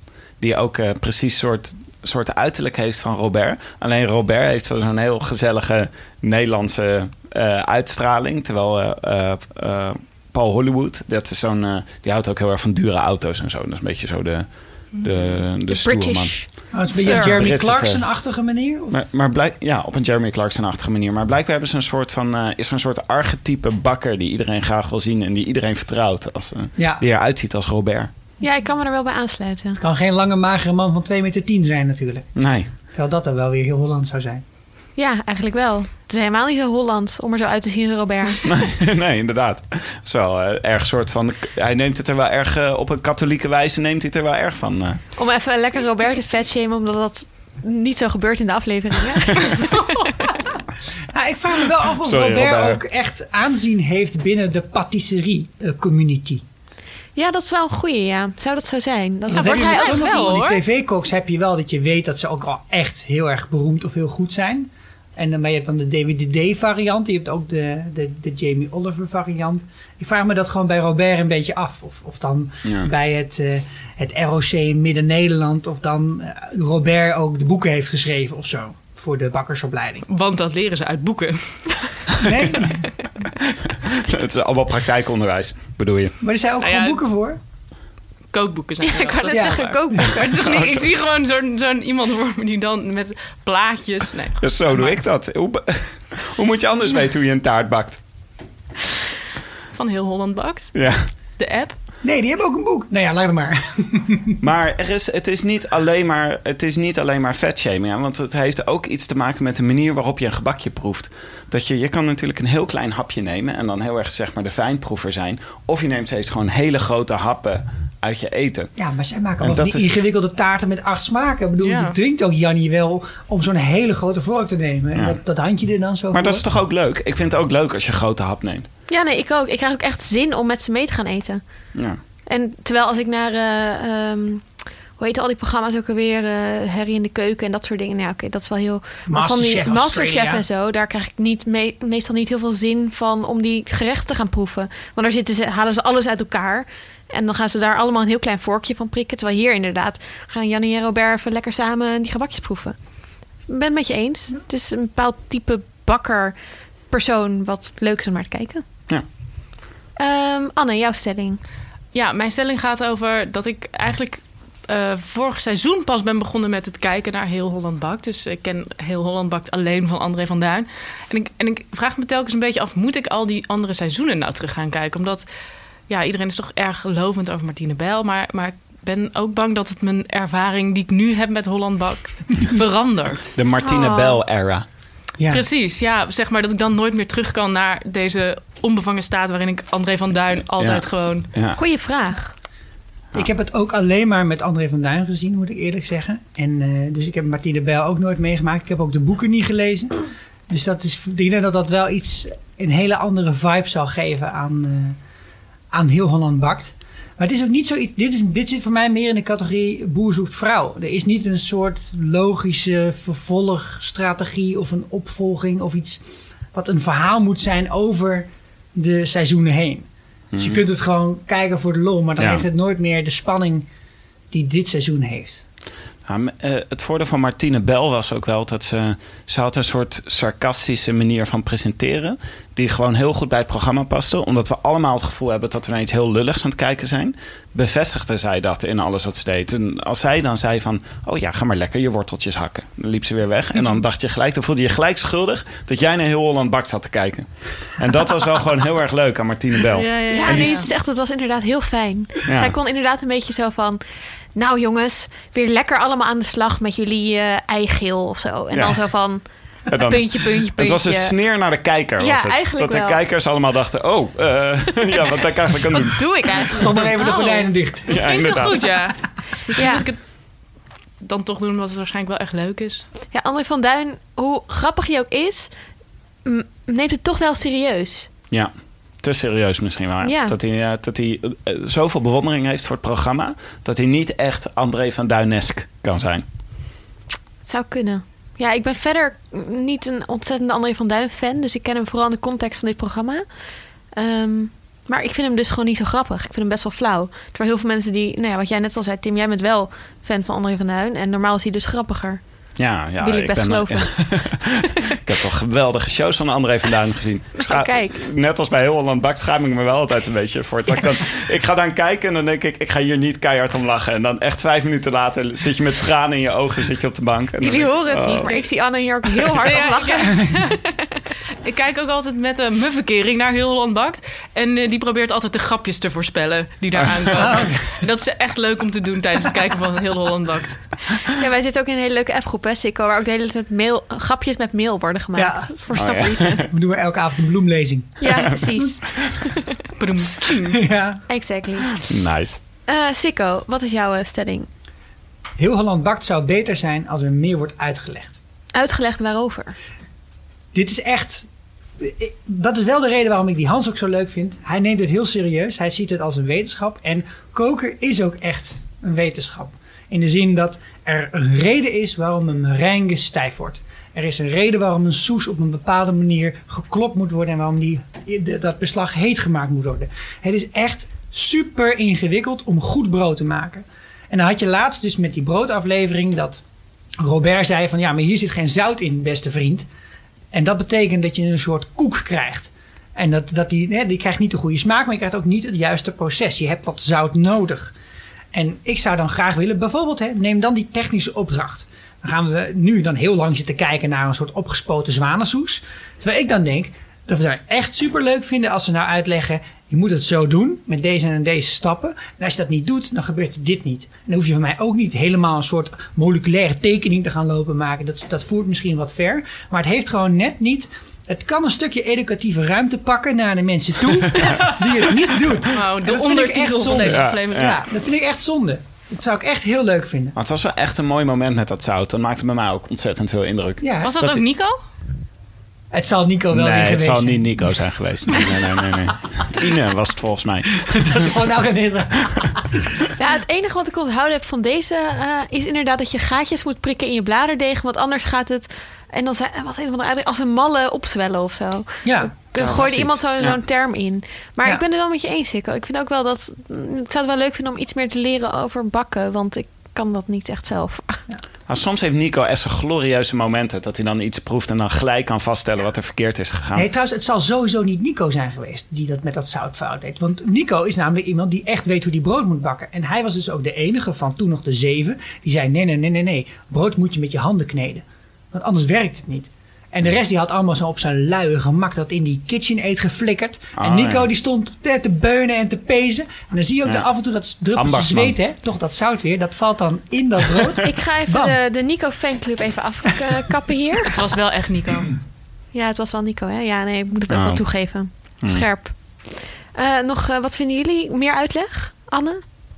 Die ook uh, precies soort, soort uiterlijk heeft van Robert. Alleen Robert heeft zo'n heel gezellige Nederlandse uh, uitstraling. Terwijl uh, uh, uh, Paul Hollywood, dat is zo'n, uh, die houdt ook heel erg van dure auto's en zo. Dat is een beetje zo de, de, de, de stoere man. Oh, het is een beetje een Jeremy Clarkson-achtige manier? Of? Maar, maar blijk, ja, op een Jeremy Clarkson-achtige manier. Maar blijkbaar hebben ze een soort van, uh, is er een soort archetype bakker die iedereen graag wil zien en die iedereen vertrouwt. Als, uh, ja. Die eruit ziet als Robert. Ja, ik kan me er wel bij aansluiten. Het kan geen lange, magere man van twee meter tien zijn natuurlijk. Nee. Terwijl dat dan wel weer heel Holland zou zijn. Ja, eigenlijk wel. Het is helemaal niet zo Hollands om er zo uit te zien, Robert. Nee, nee inderdaad. Het is wel uh, erg soort van... Hij neemt het er wel erg... Uh, op een katholieke wijze neemt hij het er wel erg van. Uh. Om even lekker Robert te vetshamen, omdat dat niet zo gebeurt in de afleveringen. Nou, ik vraag me wel af of Sorry, Robert, Robert ook echt aanzien heeft binnen de patisserie uh, community. Ja, dat is wel een goeie, ja. Zou dat zo zijn? Dat ja, wordt hij ook wel, hoor. Die tv-koks heb je wel dat je weet dat ze ook al echt heel erg beroemd of heel goed zijn. En dan, maar je hebt dan de D W D D-variant. Je hebt ook de, de, de Jamie Oliver variant. Ik vraag me dat gewoon bij Robert een beetje af. Of, of dan ja. bij het, uh, het R O C in Midden-Nederland. Of dan uh, Robert ook de boeken heeft geschreven of zo. Voor de bakkersopleiding. Want dat leren ze uit boeken. Nee. Het is allemaal praktijkonderwijs, bedoel je? Maar er zijn ook nou gewoon ja, boeken voor. Kookboeken zijn ja, ik kan net ja. zeggen, kookboeken. Maar het is toch niet, ik zie gewoon zo'n, zo'n iemand voor me die dan met plaatjes... Nee, dus zo doe ik dat. Hoe, hoe moet je anders weten hoe je een taart bakt? Van Heel Holland Bakt? Ja. De app? Nee, die hebben ook een boek. Nou ja, laat het maar. Maar er is, het is niet alleen maar, het is niet alleen maar vetshaming. Ja, want het heeft ook iets te maken met de manier waarop je een gebakje proeft. Dat je, je kan natuurlijk een heel klein hapje nemen en dan heel erg zeg maar de fijnproever zijn. Of je neemt steeds gewoon hele grote happen uit je eten. Ja, maar zij maken allemaal die is... ingewikkelde taarten met acht smaken. Ik bedoel, ja. je drinkt ook Jannie wel om zo'n hele grote vork te nemen. En ja. dat, dat handje er dan zo Maar voor. Dat is toch ook leuk? Ik vind het ook leuk als je een grote hap neemt. Ja, nee, ik ook. Ik krijg ook echt zin om met ze mee te gaan eten. Ja. En terwijl als ik naar... Uh, um, hoe heet al die programma's ook alweer? Uh, Harry in de keuken en dat soort dingen. Nou, oké, okay, dat is wel heel... Maar van die Masterchef en zo, daar krijg ik niet mee, meestal niet heel veel zin van om die gerechten te gaan proeven. Want daar zitten ze, halen ze alles uit elkaar. En dan gaan ze daar allemaal een heel klein vorkje van prikken. Terwijl hier inderdaad gaan Jannie en Robert even lekker samen die gebakjes proeven. Ik ben het met je eens. Het is een bepaald type bakker persoon wat leuk is om naar te kijken. Ja. Um, Anne, jouw stelling. Ja, mijn stelling gaat over dat ik eigenlijk uh, vorig seizoen pas ben begonnen met het kijken naar Heel Holland Bakt. Dus ik ken Heel Holland Bakt alleen van André van Duin. En ik, en ik vraag me telkens een beetje af, moet ik al die andere seizoenen nou terug gaan kijken? Omdat, ja, iedereen is toch erg lovend over Martine Bijl. Maar, maar ik ben ook bang dat het mijn ervaring die ik nu heb met Holland Bakt verandert. De Martine oh. Bijl-era. Ja. Precies, ja. Zeg maar dat ik dan nooit meer terug kan naar deze onbevangen staat waarin ik André van Duin altijd ja. gewoon... Ja. Goeie vraag. Ja. Ik heb het ook alleen maar met André van Duin gezien, moet ik eerlijk zeggen. En uh, dus ik heb Martine Bijl ook nooit meegemaakt. Ik heb ook de boeken niet gelezen. Dus dat is, ik denk dat dat wel iets, een hele andere vibe zal geven aan, uh, aan Heel Holland Bakt. Maar het is ook niet zoiets... Dit, is, dit zit voor mij meer in de categorie boer zoekt vrouw. Er is niet een soort logische vervolgstrategie of een opvolging of iets wat een verhaal moet zijn over de seizoenen heen. Mm-hmm. Dus je kunt het gewoon kijken voor de lol, maar dan ja. heeft het nooit meer de spanning die dit seizoen heeft. Ja, uh, het voordeel van Martine Bijl was ook wel dat ze... Ze had een soort sarcastische manier van presenteren... die gewoon heel goed bij het programma paste. Omdat we allemaal het gevoel hebben dat we naar iets heel lulligs aan het kijken zijn... bevestigde zij dat in alles wat ze deed. En als zij dan zei van... oh ja, ga maar lekker je worteltjes hakken. Dan liep ze weer weg. En dan dacht je gelijk, dan voelde je gelijk schuldig... dat jij naar Heel Holland Bakt zat te kijken. En dat was wel gewoon heel erg leuk aan Martine Bijl. Ja, ja, ja. En die... nee, het, is echt, het was inderdaad heel fijn. Ja. Zij kon inderdaad een beetje zo van... nou jongens, weer lekker allemaal aan de slag met jullie uh, eigeel of zo. En ja. dan zo van, ja, dan, puntje, puntje, puntje. Het was een sneer naar de kijker. Was ja, het. eigenlijk Dat de wel. kijkers allemaal dachten, oh, uh, ja, wat ben ik eigenlijk aan doen? Wat doe ik eigenlijk? Dan maar even de gordijnen oh, dicht. Dat ja, klinkt inderdaad. heel goed, ja. Dus ja. moet ik het dan toch doen, omdat het waarschijnlijk wel echt leuk is. Ja, André van Duin, hoe grappig hij ook is, m- neemt het toch wel serieus. Ja. Te serieus misschien wel. Ja. Dat hij, uh, dat hij uh, zoveel bewondering heeft voor het programma... dat hij niet echt André van Duinesk kan zijn. Het zou kunnen. Ja, ik ben verder niet een ontzettende André van Duin fan... dus ik ken hem vooral in de context van dit programma. Um, Maar ik vind hem dus gewoon niet zo grappig. Ik vind hem best wel flauw. Terwijl heel veel mensen die... Nou ja, wat jij net al zei, Tim, jij bent wel fan van André van Duin. En normaal is hij dus grappiger. Ja, ja, Wil ik best ben, geloven. Ja. Ik heb toch geweldige shows van André van Duin gezien. Nou, kijk. Net als bij Heel Holland Bakt schaam ik me wel altijd een beetje voor. Dat ik, dan, ik ga dan kijken en dan denk ik, ik ga hier niet keihard om lachen. En dan echt vijf minuten later zit je met tranen in je ogen, zit je op de bank. En Jullie dan, horen het oh. niet, maar ik zie Anne hier ook heel hard Ja, op lachen. Ik kijk ook altijd met een mufferkering naar Heel Holland Bakt. En uh, die probeert altijd de grapjes te voorspellen die daar aankomen. Dat is echt leuk om te doen tijdens het kijken van Heel Holland Bakt. Ja, wij zitten ook in een hele leuke appgroep, hè, Sikko, waar ook de hele tijd met mail, grapjes met mail worden gemaakt. Ja. Voor Oh, Snap ja. Liefde. We doen er elke avond een bloemlezing. Ja, precies. Broem, tjing. Ja. Exactly. Nice. Uh, Sikko, wat is jouw uh, stelling? Heel Holland Bakt zou beter zijn als er meer wordt uitgelegd. Uitgelegd waarover? Dit is echt... Dat is wel de reden waarom ik die Hans ook zo leuk vind. Hij neemt het heel serieus. Hij ziet het als een wetenschap. En koken is ook echt een wetenschap. In de zin dat er een reden is waarom een meringue stijf wordt. Er is een reden waarom een soes op een bepaalde manier geklopt moet worden. En waarom die, dat beslag heet gemaakt moet worden. Het is echt super ingewikkeld om goed brood te maken. En dan had je laatst dus met die broodaflevering dat Robert zei van... ja, maar hier zit geen zout in, beste vriend. En dat betekent dat je een soort koek krijgt. En dat, dat die, hè, die krijgt niet de goede smaak, maar je krijgt ook niet het juiste proces. Je hebt wat zout nodig. En ik zou dan graag willen, bijvoorbeeld, hè, neem dan die technische opdracht. Dan gaan we nu dan heel lang zitten kijken naar een soort opgespoten zwanensoes. Terwijl ik dan denk, dat we het echt super leuk vinden als ze nou uitleggen... je moet het zo doen, met deze en deze stappen. En als je dat niet doet, dan gebeurt dit niet. En dan hoef je van mij ook niet helemaal een soort moleculaire tekening te gaan lopen maken. Dat, dat voert misschien wat ver. Maar het heeft gewoon net niet... Het kan een stukje educatieve ruimte pakken naar de mensen toe die het niet doet. Nou, En de dat vind ik echt ondertitel van zonde. deze Ja, aflevering. Ja, ja. dat vind ik echt zonde. Dat zou ik echt heel leuk vinden. Maar het was wel echt een mooi moment met dat zout. Dat maakte bij mij ook ontzettend veel indruk. Ja, Was dat, Dat ook die- Nico? het zal Nico wel nee, niet het geweest zal zijn. niet Nico zijn geweest. Nee, nee, nee. nee, nee. Ine was het volgens mij. Dat is gewoon nou geen Ja, het enige wat ik onthouden heb van deze uh, is inderdaad dat je gaatjes moet prikken in je bladerdeeg. Want anders gaat het, en dan zei, wat een van de uitdrukking, als een malle opzwellen of zo. Ja. Er Ja, gooide was iemand iets. zo, Ja. zo'n term in. Maar Ja. ik ben het wel met je eens, Sikko. Ik vind ook wel dat... Ik zou het wel leuk vinden om iets meer te leren over bakken. Want ik kan dat niet echt zelf. Nou, soms heeft Nico echt zo'n glorieuze momenten. Dat hij dan iets proeft en dan gelijk kan vaststellen wat er verkeerd is gegaan. Nee, trouwens, het zal sowieso niet Nico zijn geweest die dat met dat zout fout deed. Want Nico is namelijk iemand die echt weet hoe die brood moet bakken. En hij was dus ook de enige van toen nog de zeven die zei: nee, nee, nee, nee, nee. Brood moet je met je handen kneden. Want anders werkt het niet. En de rest die had allemaal zo op zijn luie gemak dat in die KitchenAid geflikkerd. Oh, en Nico ja. die stond te, te beunen en te pezen. En dan zie je ook Ja. dat af en toe dat druppeltje Ambachtsman. zweet, hè? Toch dat zout weer, dat valt dan in dat brood. Ik ga even Bam. de, de Nico fanclub even afkappen hier. Het was wel echt Nico. Ja, het was wel Nico, hè? Ja, nee, ik moet het ook Oh. wel toegeven. Hmm. Scherp. Uh, nog, uh, wat vinden jullie? Meer uitleg? Anne?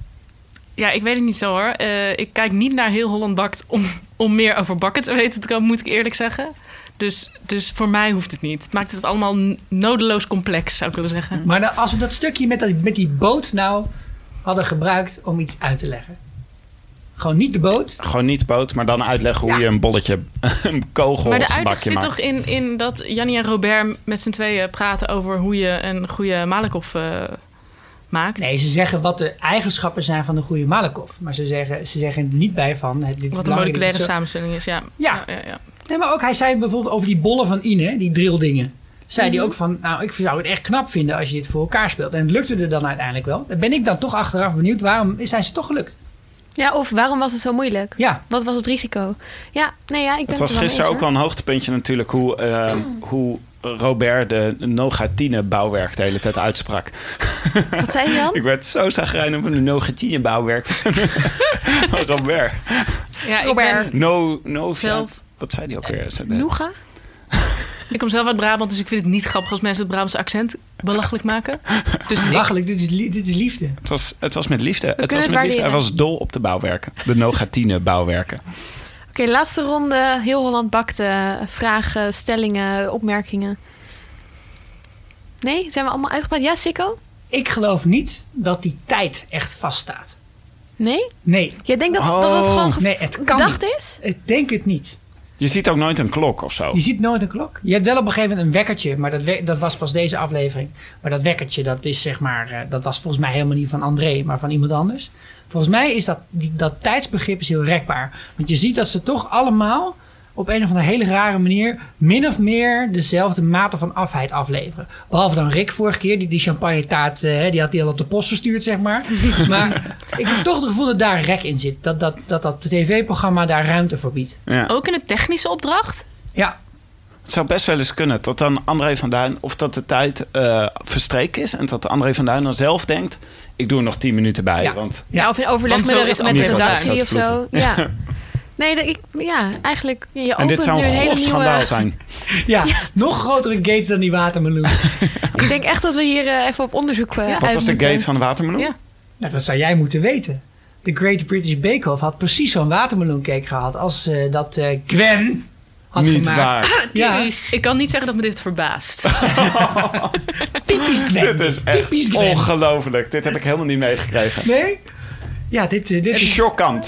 Ja, ik weet het niet zo hoor. Uh, ik kijk niet naar Heel Holland Bakt om, om meer over bakken te weten te komen, moet ik eerlijk zeggen. Dus, dus voor mij hoeft het niet. Het maakt het allemaal nodeloos complex, zou ik willen zeggen. Maar dan, als we dat stukje met, dat, met die boot nou hadden gebruikt om iets uit te leggen. Gewoon niet de boot. Gewoon niet boot, maar dan uitleggen hoe Ja. je een bolletje, een kogel Maar de of uitleg bakje zit maakt. toch in, in dat Jannie en Robert met z'n tweeën praten over hoe je een goede Malakoff uh, maakt. Nee, ze zeggen wat de eigenschappen zijn van een goede Malakoff. Maar ze zeggen, ze zeggen er niet bij van... Het, dit Wat een moleculaire zo- samenstelling is, ja. Ja. ja, ja, ja. Nee, maar ook hij zei bijvoorbeeld over die bollen van Ine, die drilldingen. Zei Mhm. hij ook van, nou, ik zou het echt knap vinden als je dit voor elkaar speelt. En het lukte er dan uiteindelijk wel. Dan ben ik dan toch achteraf benieuwd, waarom zijn ze toch gelukt? Ja, of waarom was het zo moeilijk? Ja. Wat was het risico? Ja, nee, ja, ik ben Het was er wel gisteren mee ook eens, wel een hoogtepuntje natuurlijk hoe, uh, hoe Robert de Nogatine bouwwerk de hele tijd uitsprak. hoor. Wat zei je dan? Ik werd zo zagrijnig van de Nogatine bouwwerk. Robert. Ja, ik Robert. ben No, no zelf... Wat zei hij ook weer? Zei de- Nougat? Ik kom zelf uit Brabant, dus ik vind het niet grappig als mensen het Brabantse accent belachelijk maken. Dus ik, Lachelijk, dit is, li- dit is liefde. Het was, het was met liefde. Het kunnen was het met liefde. Hij waarderen. was dol op de bouwwerken. De Nogatine bouwwerken. Oké, okay, laatste ronde. Heel Holland bakte. Vragen, stellingen, opmerkingen. Nee? Zijn we allemaal uitgepraat? Ja, Sikko? Ik geloof niet dat die tijd echt vaststaat. Nee? Nee. Jij denkt dat, Oh, dat het gewoon ge- Nee, het kan gedacht niet. is? Ik denk het niet. Je ziet ook nooit een klok of zo. Je ziet nooit een klok. Je hebt wel op een gegeven moment een wekkertje, maar dat, we- dat was pas deze aflevering. Maar dat wekkertje, dat is zeg maar, uh, dat was volgens mij helemaal niet van André, maar van iemand anders. Volgens mij is dat, die, dat tijdsbegrip is heel rekbaar. Want je ziet dat ze toch allemaal op een of andere hele rare manier min of meer dezelfde mate van afheid afleveren. Behalve dan Rick vorige keer, die die champagnetaart, uh, die had hij al op de post verstuurd, zeg maar. Maar ik heb toch het gevoel dat daar rek in zit. Dat dat, dat, dat tv-programma daar ruimte voor biedt. Ja. Ook in de technische opdracht? Ja. Het zou best wel eens kunnen dat dan André van Duin... of dat de tijd uh, verstreken is... en dat André van Duin dan zelf denkt... ik doe er nog tien minuten bij. Ja. Want Ja, of in overleg Want met zo de, is met de André van redactie Duin. of zo. Ja. Nee, de- ik, ja, eigenlijk... Je en opent dit zou nu een een hele grof schandaal nieuwe... zijn. Ja, nog grotere gate dan die watermeloen. Ik denk echt dat we hier uh, even op onderzoek uh, Ja. uit Wat was de moeten. gate van de watermeloen? Ja. Nou, dat zou jij moeten weten. De Great British Bake Off had precies zo'n watermeloencake gehad als uh, dat uh, Gwen had Niet gemaakt. waar. Ja, Ik kan niet zeggen dat me dit verbaast. typisch Gwen. Dit is echt typisch Gwen. ongelooflijk. Dit heb ik helemaal niet meegekregen. Nee? Ja, dit, uh, dit is... Shockant.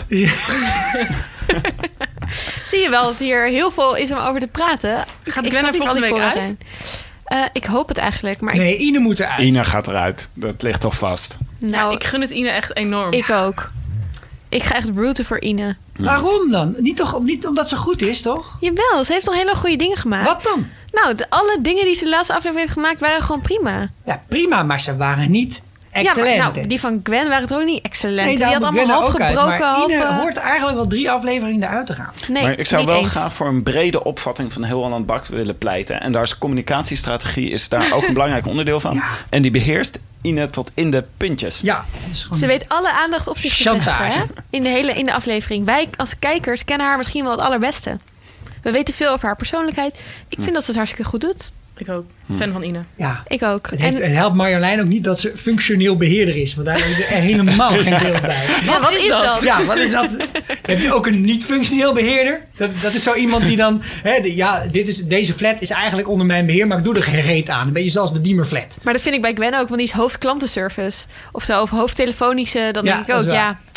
Zie je wel dat hier heel veel is om over te praten. Gaat Ik Gwen snap er niet wat volgende die week voor uit? zijn. Uh, ik hoop het eigenlijk, maar ik, Nee, Ine moet eruit. Ina gaat eruit. Dat ligt toch vast. nou, Ja, ik, ik gun het Ine echt enorm. ook. Ik ga echt rooten voor Ine. Waarom dan? Niet, toch, niet omdat ze goed is, toch? Jawel, ze heeft nog hele goede dingen gemaakt. Wat dan? Nou, de, alle dingen die ze de laatste aflevering heeft gemaakt waren gewoon prima. Ja, prima, maar ze waren niet excellent. Ja, maar nou, die van Gwen waren toch ook niet excellent. nee, die daar had moet allemaal Gwen half ook uit. gebroken, Maar half... Ine uh, hoort eigenlijk wel drie afleveringen eruit te gaan. nee, maar ik zou niet wel eens. graag voor een brede opvatting van heel Holland Bakt willen pleiten. En daar is communicatiestrategie is daar ook een belangrijk onderdeel van. Ja. En die beheerst Ine tot in de puntjes. Ja, dat is gewoon... Ze weet alle aandacht op zich te vesten, Chantage. hè? In de hele in de aflevering. Wij als kijkers kennen haar misschien wel het allerbeste. We weten veel over haar persoonlijkheid. Ik vind dat ze het hartstikke goed doet. Ik ook. Fan van Ine. Ja. Ik ook. Het, heeft, En- het helpt Marjolein ook niet dat ze functioneel beheerder is. Want daar heb ik er helemaal geen beeld bij. ja, wat is dat? Ja, wat is dat? Heb je ook een niet-functioneel beheerder? Dat, dat is zo iemand die dan... Hè, de- ja, dit is, deze flat is eigenlijk onder mijn beheer, maar ik doe er geen reet aan. Een beetje zoals de Diemer flat. Maar dat vind ik bij Gwen ook, want die is hoofdklantenservice. Of zo, of hoofdtelefonische. Dan Ja, denk ik dat ook, is waar. ja.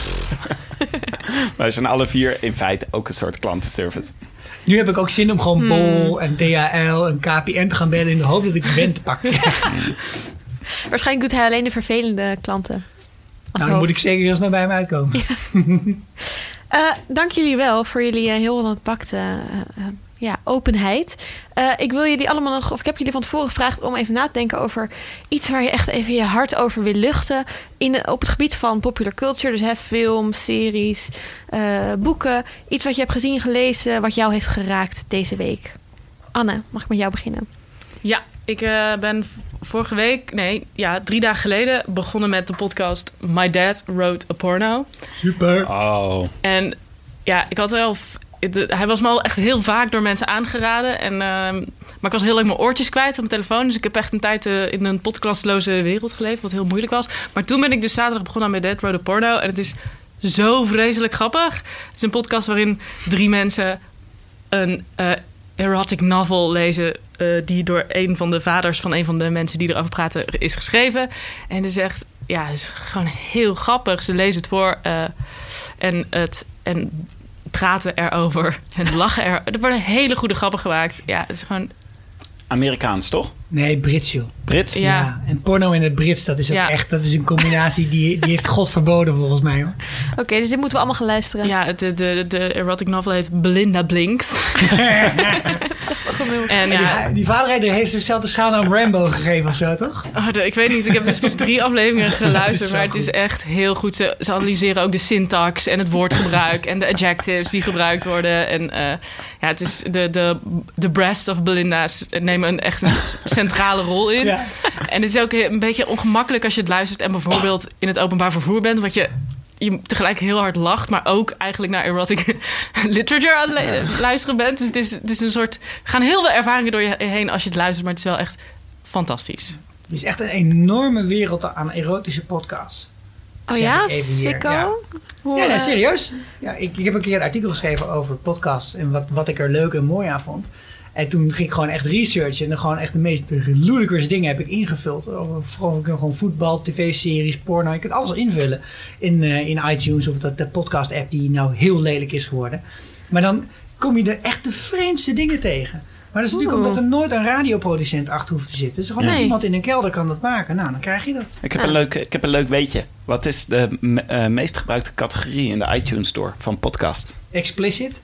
Wij zijn alle vier in feite ook een soort klantenservice. Nu heb ik ook zin om gewoon Hmm. Bol en T H L en K P N te gaan bellen in de hoop dat ik Gwen te pakken krijg. Waarschijnlijk doet hij alleen de vervelende klanten. Als Nou, dan hoofd. moet ik zeker heel snel bij hem uitkomen. Uh, dank jullie wel voor jullie uh, heel Holland Bakt uh, uh, ja, openheid. Uh, ik wil jullie allemaal nog, of ik heb jullie van tevoren gevraagd om even na te denken over iets waar je echt even je hart over wil luchten. In de, op het gebied van popular culture, dus hè, films, series, uh, boeken. Iets wat je hebt gezien, gelezen, wat jou heeft geraakt deze week. Anne, mag ik met jou beginnen? Ja, ik uh, ben v- vorige week, nee, ja, drie dagen geleden begonnen met de podcast My Dad Wrote a Porno. Super. Oh. En ja, ik had wel... de- hij was me al echt heel vaak door mensen aangeraden. En, ehm, maar ik was heel lang mijn oortjes kwijt op mijn telefoon. Dus ik heb echt een tijd uh, in een podcastloze wereld geleefd. Wat heel moeilijk was. Maar toen ben ik dus zaterdag begonnen aan My Dad Wrote a Porno. En het is zo vreselijk grappig. Het is een podcast waarin drie mensen een uh, erotic novel lezen... Uh, die door een van de vaders van een van de mensen die erover praten is geschreven. En het is echt... Ja, het is gewoon heel grappig. Ze lezen het voor uh, en, het, en praten erover en lachen er. Er worden hele goede grappen gemaakt. Ja, het is gewoon... Amerikaans, toch? Nee, Brits, joh. Brits? Ja. Ja. En porno in het Brits, dat is ook Ja. echt... Dat is een combinatie die, die heeft God verboden volgens mij, hoor. Oké, okay, dus dit moeten we allemaal gaan luisteren. Ja, de, de, de erotic novel heet Belinda Blinks. en En ja, die, die vader heeft zichzelf de schaalnaam Rambo gegeven of zo, toch? oh, de- ik weet niet, ik heb dus pas drie afleveringen geluisterd, Dat is zo maar het is goed. echt heel goed. Ze, ze analyseren ook de syntax en het woordgebruik en de adjectives die gebruikt worden. En uh, ja, het is de, de, de breast of Belinda nemen een echt een centrale rol in. Ja. En het is ook een beetje ongemakkelijk als je het luistert en bijvoorbeeld in het openbaar vervoer bent, want je je tegelijk heel hard lacht, maar ook eigenlijk naar erotic literature aan het le- luisteren bent. Dus het is, het is een soort... Er gaan heel veel ervaringen door je heen als je het luistert, maar het is wel echt fantastisch. Er is echt een enorme wereld aan erotische podcasts. Oh Zeg ja, ik even hier, sicko? ja. Hoe, Ja, nee, eh, serieus. Ja, ik, ik heb een keer een artikel geschreven over podcasts en wat, wat ik er leuk en mooi aan vond. En toen ging ik gewoon echt researchen en dan gewoon echt de meest ludicrous dingen heb ik ingevuld. Over gewoon, gewoon voetbal, tv-series, porno. Je kunt alles invullen in, uh, in iTunes of dat, de podcast-app die nou heel lelijk is geworden. Maar dan kom je er echt de vreemdste dingen tegen. Maar dat is natuurlijk Oeh. omdat er nooit een radioproducent achter hoeft te zitten. Dus gewoon Nee. iemand in een kelder kan dat maken. Nou, dan krijg je dat. Ik heb, Ja. een leuk, ik heb een leuk weetje. Wat is de me- uh, meest gebruikte categorie in de iTunes Store van podcast? Explicit.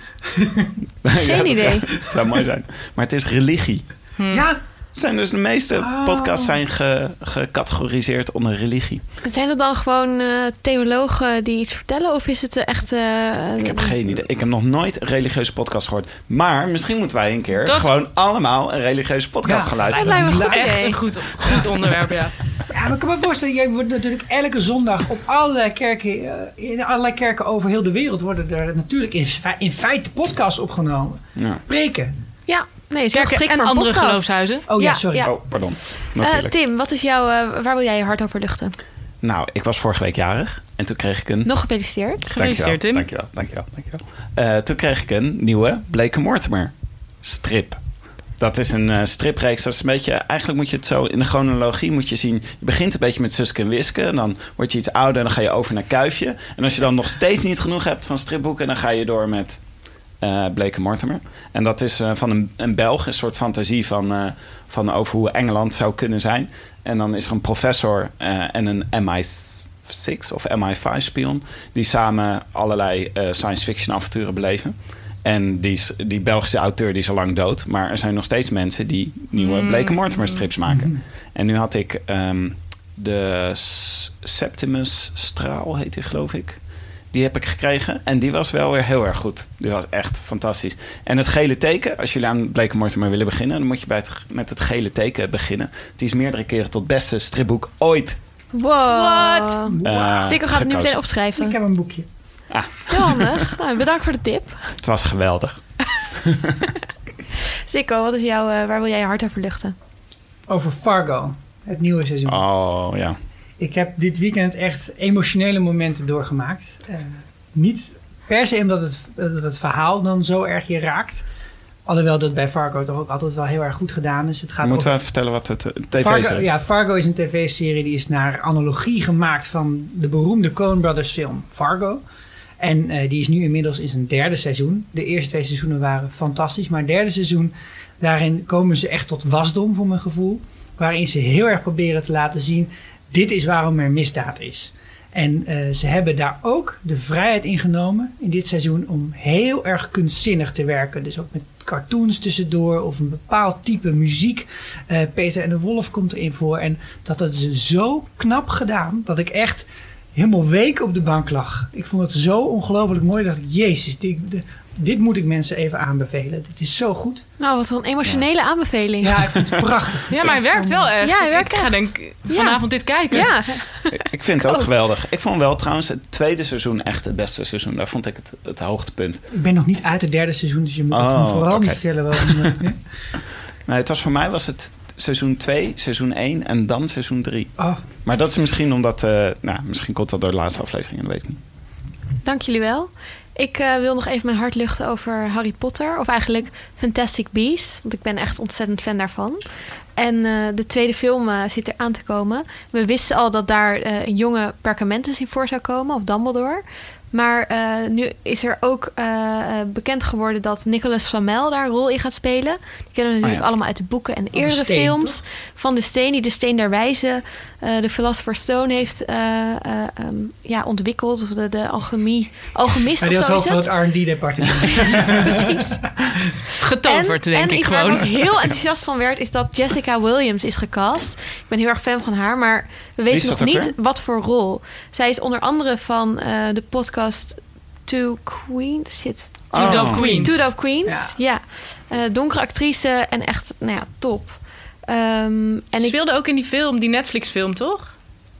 Geen dat idee. Zou, dat zou mooi zijn. Maar het is religie. Ja, Zijn dus de meeste Oh. podcasts zijn ge- gecategoriseerd onder religie. Zijn het dan gewoon uh, theologen die iets vertellen? Of is het uh, echt... Uh, Ik heb geen idee. Ik heb nog nooit een religieuze podcast gehoord. Maar misschien moeten wij een keer Dat- gewoon allemaal een religieuze podcast Ja. gaan luisteren. Dat lijkt me een goed Echt idee. een goed, goed onderwerp, ja. ja, maar ik kan me voorstellen, jij wordt natuurlijk elke zondag op allerlei kerken, eh, in allerlei kerken over heel de wereld worden er natuurlijk in, fe- in feite podcasts opgenomen. Ja. Preken. Ja, nee, is heel Kerken geschikt en voor een andere podcast. geloofshuizen. Oh ja, Ja, sorry. ja. Oh, pardon. Uh, Natuurlijk. Tim, wat is jouw, uh, waar wil jij je hart over luchten? Nou, ik was vorige week jarig. En toen kreeg ik een... Nog gefeliciteerd. Gefeliciteerd, Tim. Dankjewel, dankjewel, dankjewel. dankjewel. Uh, toen kreeg ik een nieuwe Blake Mortimer strip. Dat is een uh, stripreeks. Dat is een beetje... Eigenlijk moet je het zo... In de chronologie moet je zien... Je begint een beetje met Suske en Wiske. En dan word je iets ouder. En dan ga je over naar Kuifje. En als je dan nog steeds niet genoeg hebt van stripboeken... Dan ga je door met uh, Blake Mortimer. En dat is uh, van een, een Belg. Een soort fantasie van, uh, van over hoe Engeland zou kunnen zijn. En dan is er een professor uh, en een M I zes of M I vijf spion... die samen allerlei uh, science fiction avonturen beleven. En die, die Belgische auteur die is al lang dood. Maar er zijn nog steeds mensen die nieuwe Mm. Blake Mortimer strips maken. Mm. En nu had ik um, de S- Septimus Straal, heet die geloof ik. Die heb ik gekregen. En die was wel weer heel erg goed. Die was echt fantastisch. En het gele teken, als jullie aan Blake Mortimer willen beginnen... dan moet je bij het, met het gele teken beginnen. Het is meerdere keren tot beste stripboek ooit. Wow. What? Uh, Sikko gaat het nu gekozen. meteen opschrijven. Ik heb een boekje. Ah, Heel handig. Nou, bedankt voor de tip. het was geweldig. Sikko, wat is jouw, uh, waar wil jij je hart over luchten? Over Fargo, het nieuwe seizoen. Oh, ja. Ik heb dit weekend echt emotionele momenten doorgemaakt. Uh, niet per se omdat het, dat het verhaal dan zo erg je raakt. Alhoewel dat bij Fargo toch ook altijd wel heel erg goed gedaan is. Het gaat Moeten over... we even vertellen wat het uh, tv Fargo, is? ja, Fargo is een tv-serie die is naar analogie gemaakt van de beroemde Coen Brothers film Fargo. En uh, die is nu inmiddels in zijn derde seizoen. De eerste twee seizoenen waren fantastisch. Maar het derde seizoen, daarin komen ze echt tot wasdom voor mijn gevoel. Waarin ze heel erg proberen te laten zien... dit is waarom er misdaad is. En uh, ze hebben daar ook de vrijheid in genomen in dit seizoen... om heel erg kunstzinnig te werken. Dus ook met cartoons tussendoor of een bepaald type muziek. Uh, Peter en de Wolf komt erin voor. En dat is zo knap gedaan dat ik echt... helemaal weken op de bank lag. Ik vond het zo ongelooflijk mooi. Dat ik, jezus, dit, dit moet ik mensen even aanbevelen. Dit is zo goed. Nou, wat een emotionele ja. aanbeveling. Ja, ik vind het prachtig. Ja, maar het werkt wel echt. Ja, het werkt ik ga echt. denk ik vanavond ja. dit kijken. Ja. Ik vind het ook geweldig. Ik vond wel trouwens het tweede seizoen echt het beste seizoen. Daar vond ik het, het hoogtepunt. Ik ben nog niet uit het derde seizoen, dus je moet Oh, me vooral okay. niet vertellen waarom. Nee, het was voor mij was het seizoen twee, seizoen één en dan seizoen drie. Oh. Maar dat is misschien omdat... Uh, nou, misschien komt dat door de laatste aflevering, dat weet ik niet. Dank jullie wel. Ik uh, wil nog even mijn hart luchten over Harry Potter. Of eigenlijk Fantastic Beasts. Want ik ben echt ontzettend fan daarvan. En uh, de tweede film uh, zit er aan te komen. We wisten al dat daar uh, een jonge Perkamentus in voor zou komen. Of Dumbledore. Maar uh, nu is er ook uh, uh, bekend geworden dat Nicolas Flamel daar een rol in gaat spelen. Die kennen we natuurlijk oh ja. allemaal uit de boeken en de van eerdere de steen, films. Toch? Van de Steen, die de Steen der Wijze, uh, de Philosopher's Stone heeft uh, uh, um, ja, ontwikkeld. Of de, de alchemie, alchemist ja, of die zo was is ook het. van het R en D-departement. Precies. Getoverd, en, denk en ik iets gewoon. waar ik ook heel enthousiast van werd, is dat Jessica Williams is gecast. Ik ben heel erg fan van haar, maar we weten nog niet weer? wat voor rol. Zij is onder andere van uh, de podcast Two Queens. Shit. Two Dope Queens. Two Dope Queens, ja. ja. Uh, donkere actrice en echt, nou ja, top. Um, en Ze ik speelde ook in die film, die Netflix-film, toch?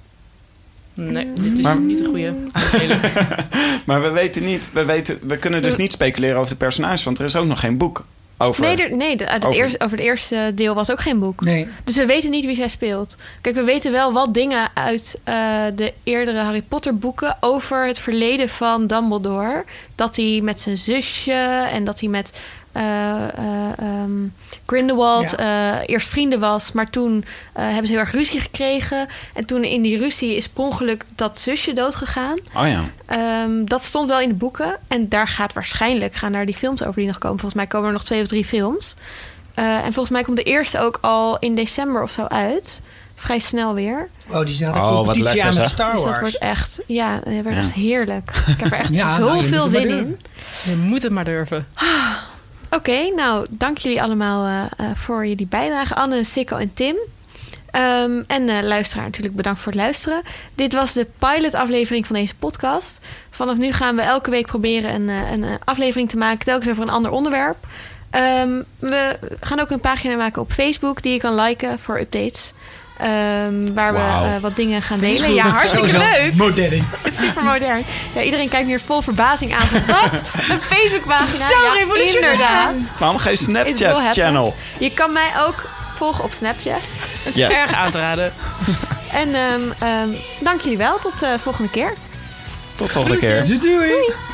Nee, dit is maar, niet een goede. Maar we weten niet, we, weten, we kunnen dus niet speculeren over de personages, want er is ook nog geen boek over. Nee, er, nee de, het over. Eerste, over het eerste deel was ook geen boek. Nee. Dus we weten niet wie zij speelt. Kijk, we weten wel wat dingen uit uh, de eerdere Harry Potter boeken over het verleden van Dumbledore. Dat hij met zijn zusje en dat hij met uh, uh, um, Grindelwald Ja. uh, eerst vrienden was. Maar toen uh, hebben ze heel erg ruzie gekregen. En toen in die ruzie is per ongeluk dat zusje doodgegaan. Oh ja. Um, dat stond wel in de boeken. En daar gaat waarschijnlijk gaan daar die films over die nog komen. Volgens mij komen er nog twee of drie films. Uh, en volgens mij komt de eerste ook al in december of zo uit. Vrij snel weer. Oh, die staat een Oh, wat competitie lekker, aan met zeg. Star Dus Wars. dat wordt echt, ja, dat wordt Ja. echt heerlijk. Ik heb er echt Ja, nou, je zoveel moet het zin maar in. durven. Je moet het maar durven. Oké, okay, nou, dank jullie allemaal uh, uh, voor jullie bijdrage. Anne, Sikko en Tim. Um, en uh, luisteraar natuurlijk bedankt voor het luisteren. Dit was de pilot-aflevering van deze podcast. Vanaf nu gaan we elke week proberen een, uh, een uh, aflevering te maken, telkens over een ander onderwerp. Um, we gaan ook een pagina maken op Facebook die je kan liken voor updates. Um, waar Wauw. we uh, wat dingen gaan delen. Ja, hartstikke Sowieso leuk. modern. Het is super modern. Ja, iedereen kijkt hier vol verbazing aan. Van, wat? Een Facebookpagina? Zo Ja, revolutionair. inderdaad. Waarom geen It will happen. Snapchat-channel? Je kan mij ook volgen op Snapchat. Dat is Yes. erg aan te raden. En um, um, dank jullie wel. Tot de uh, volgende keer. Tot volgende keer. Doei doei.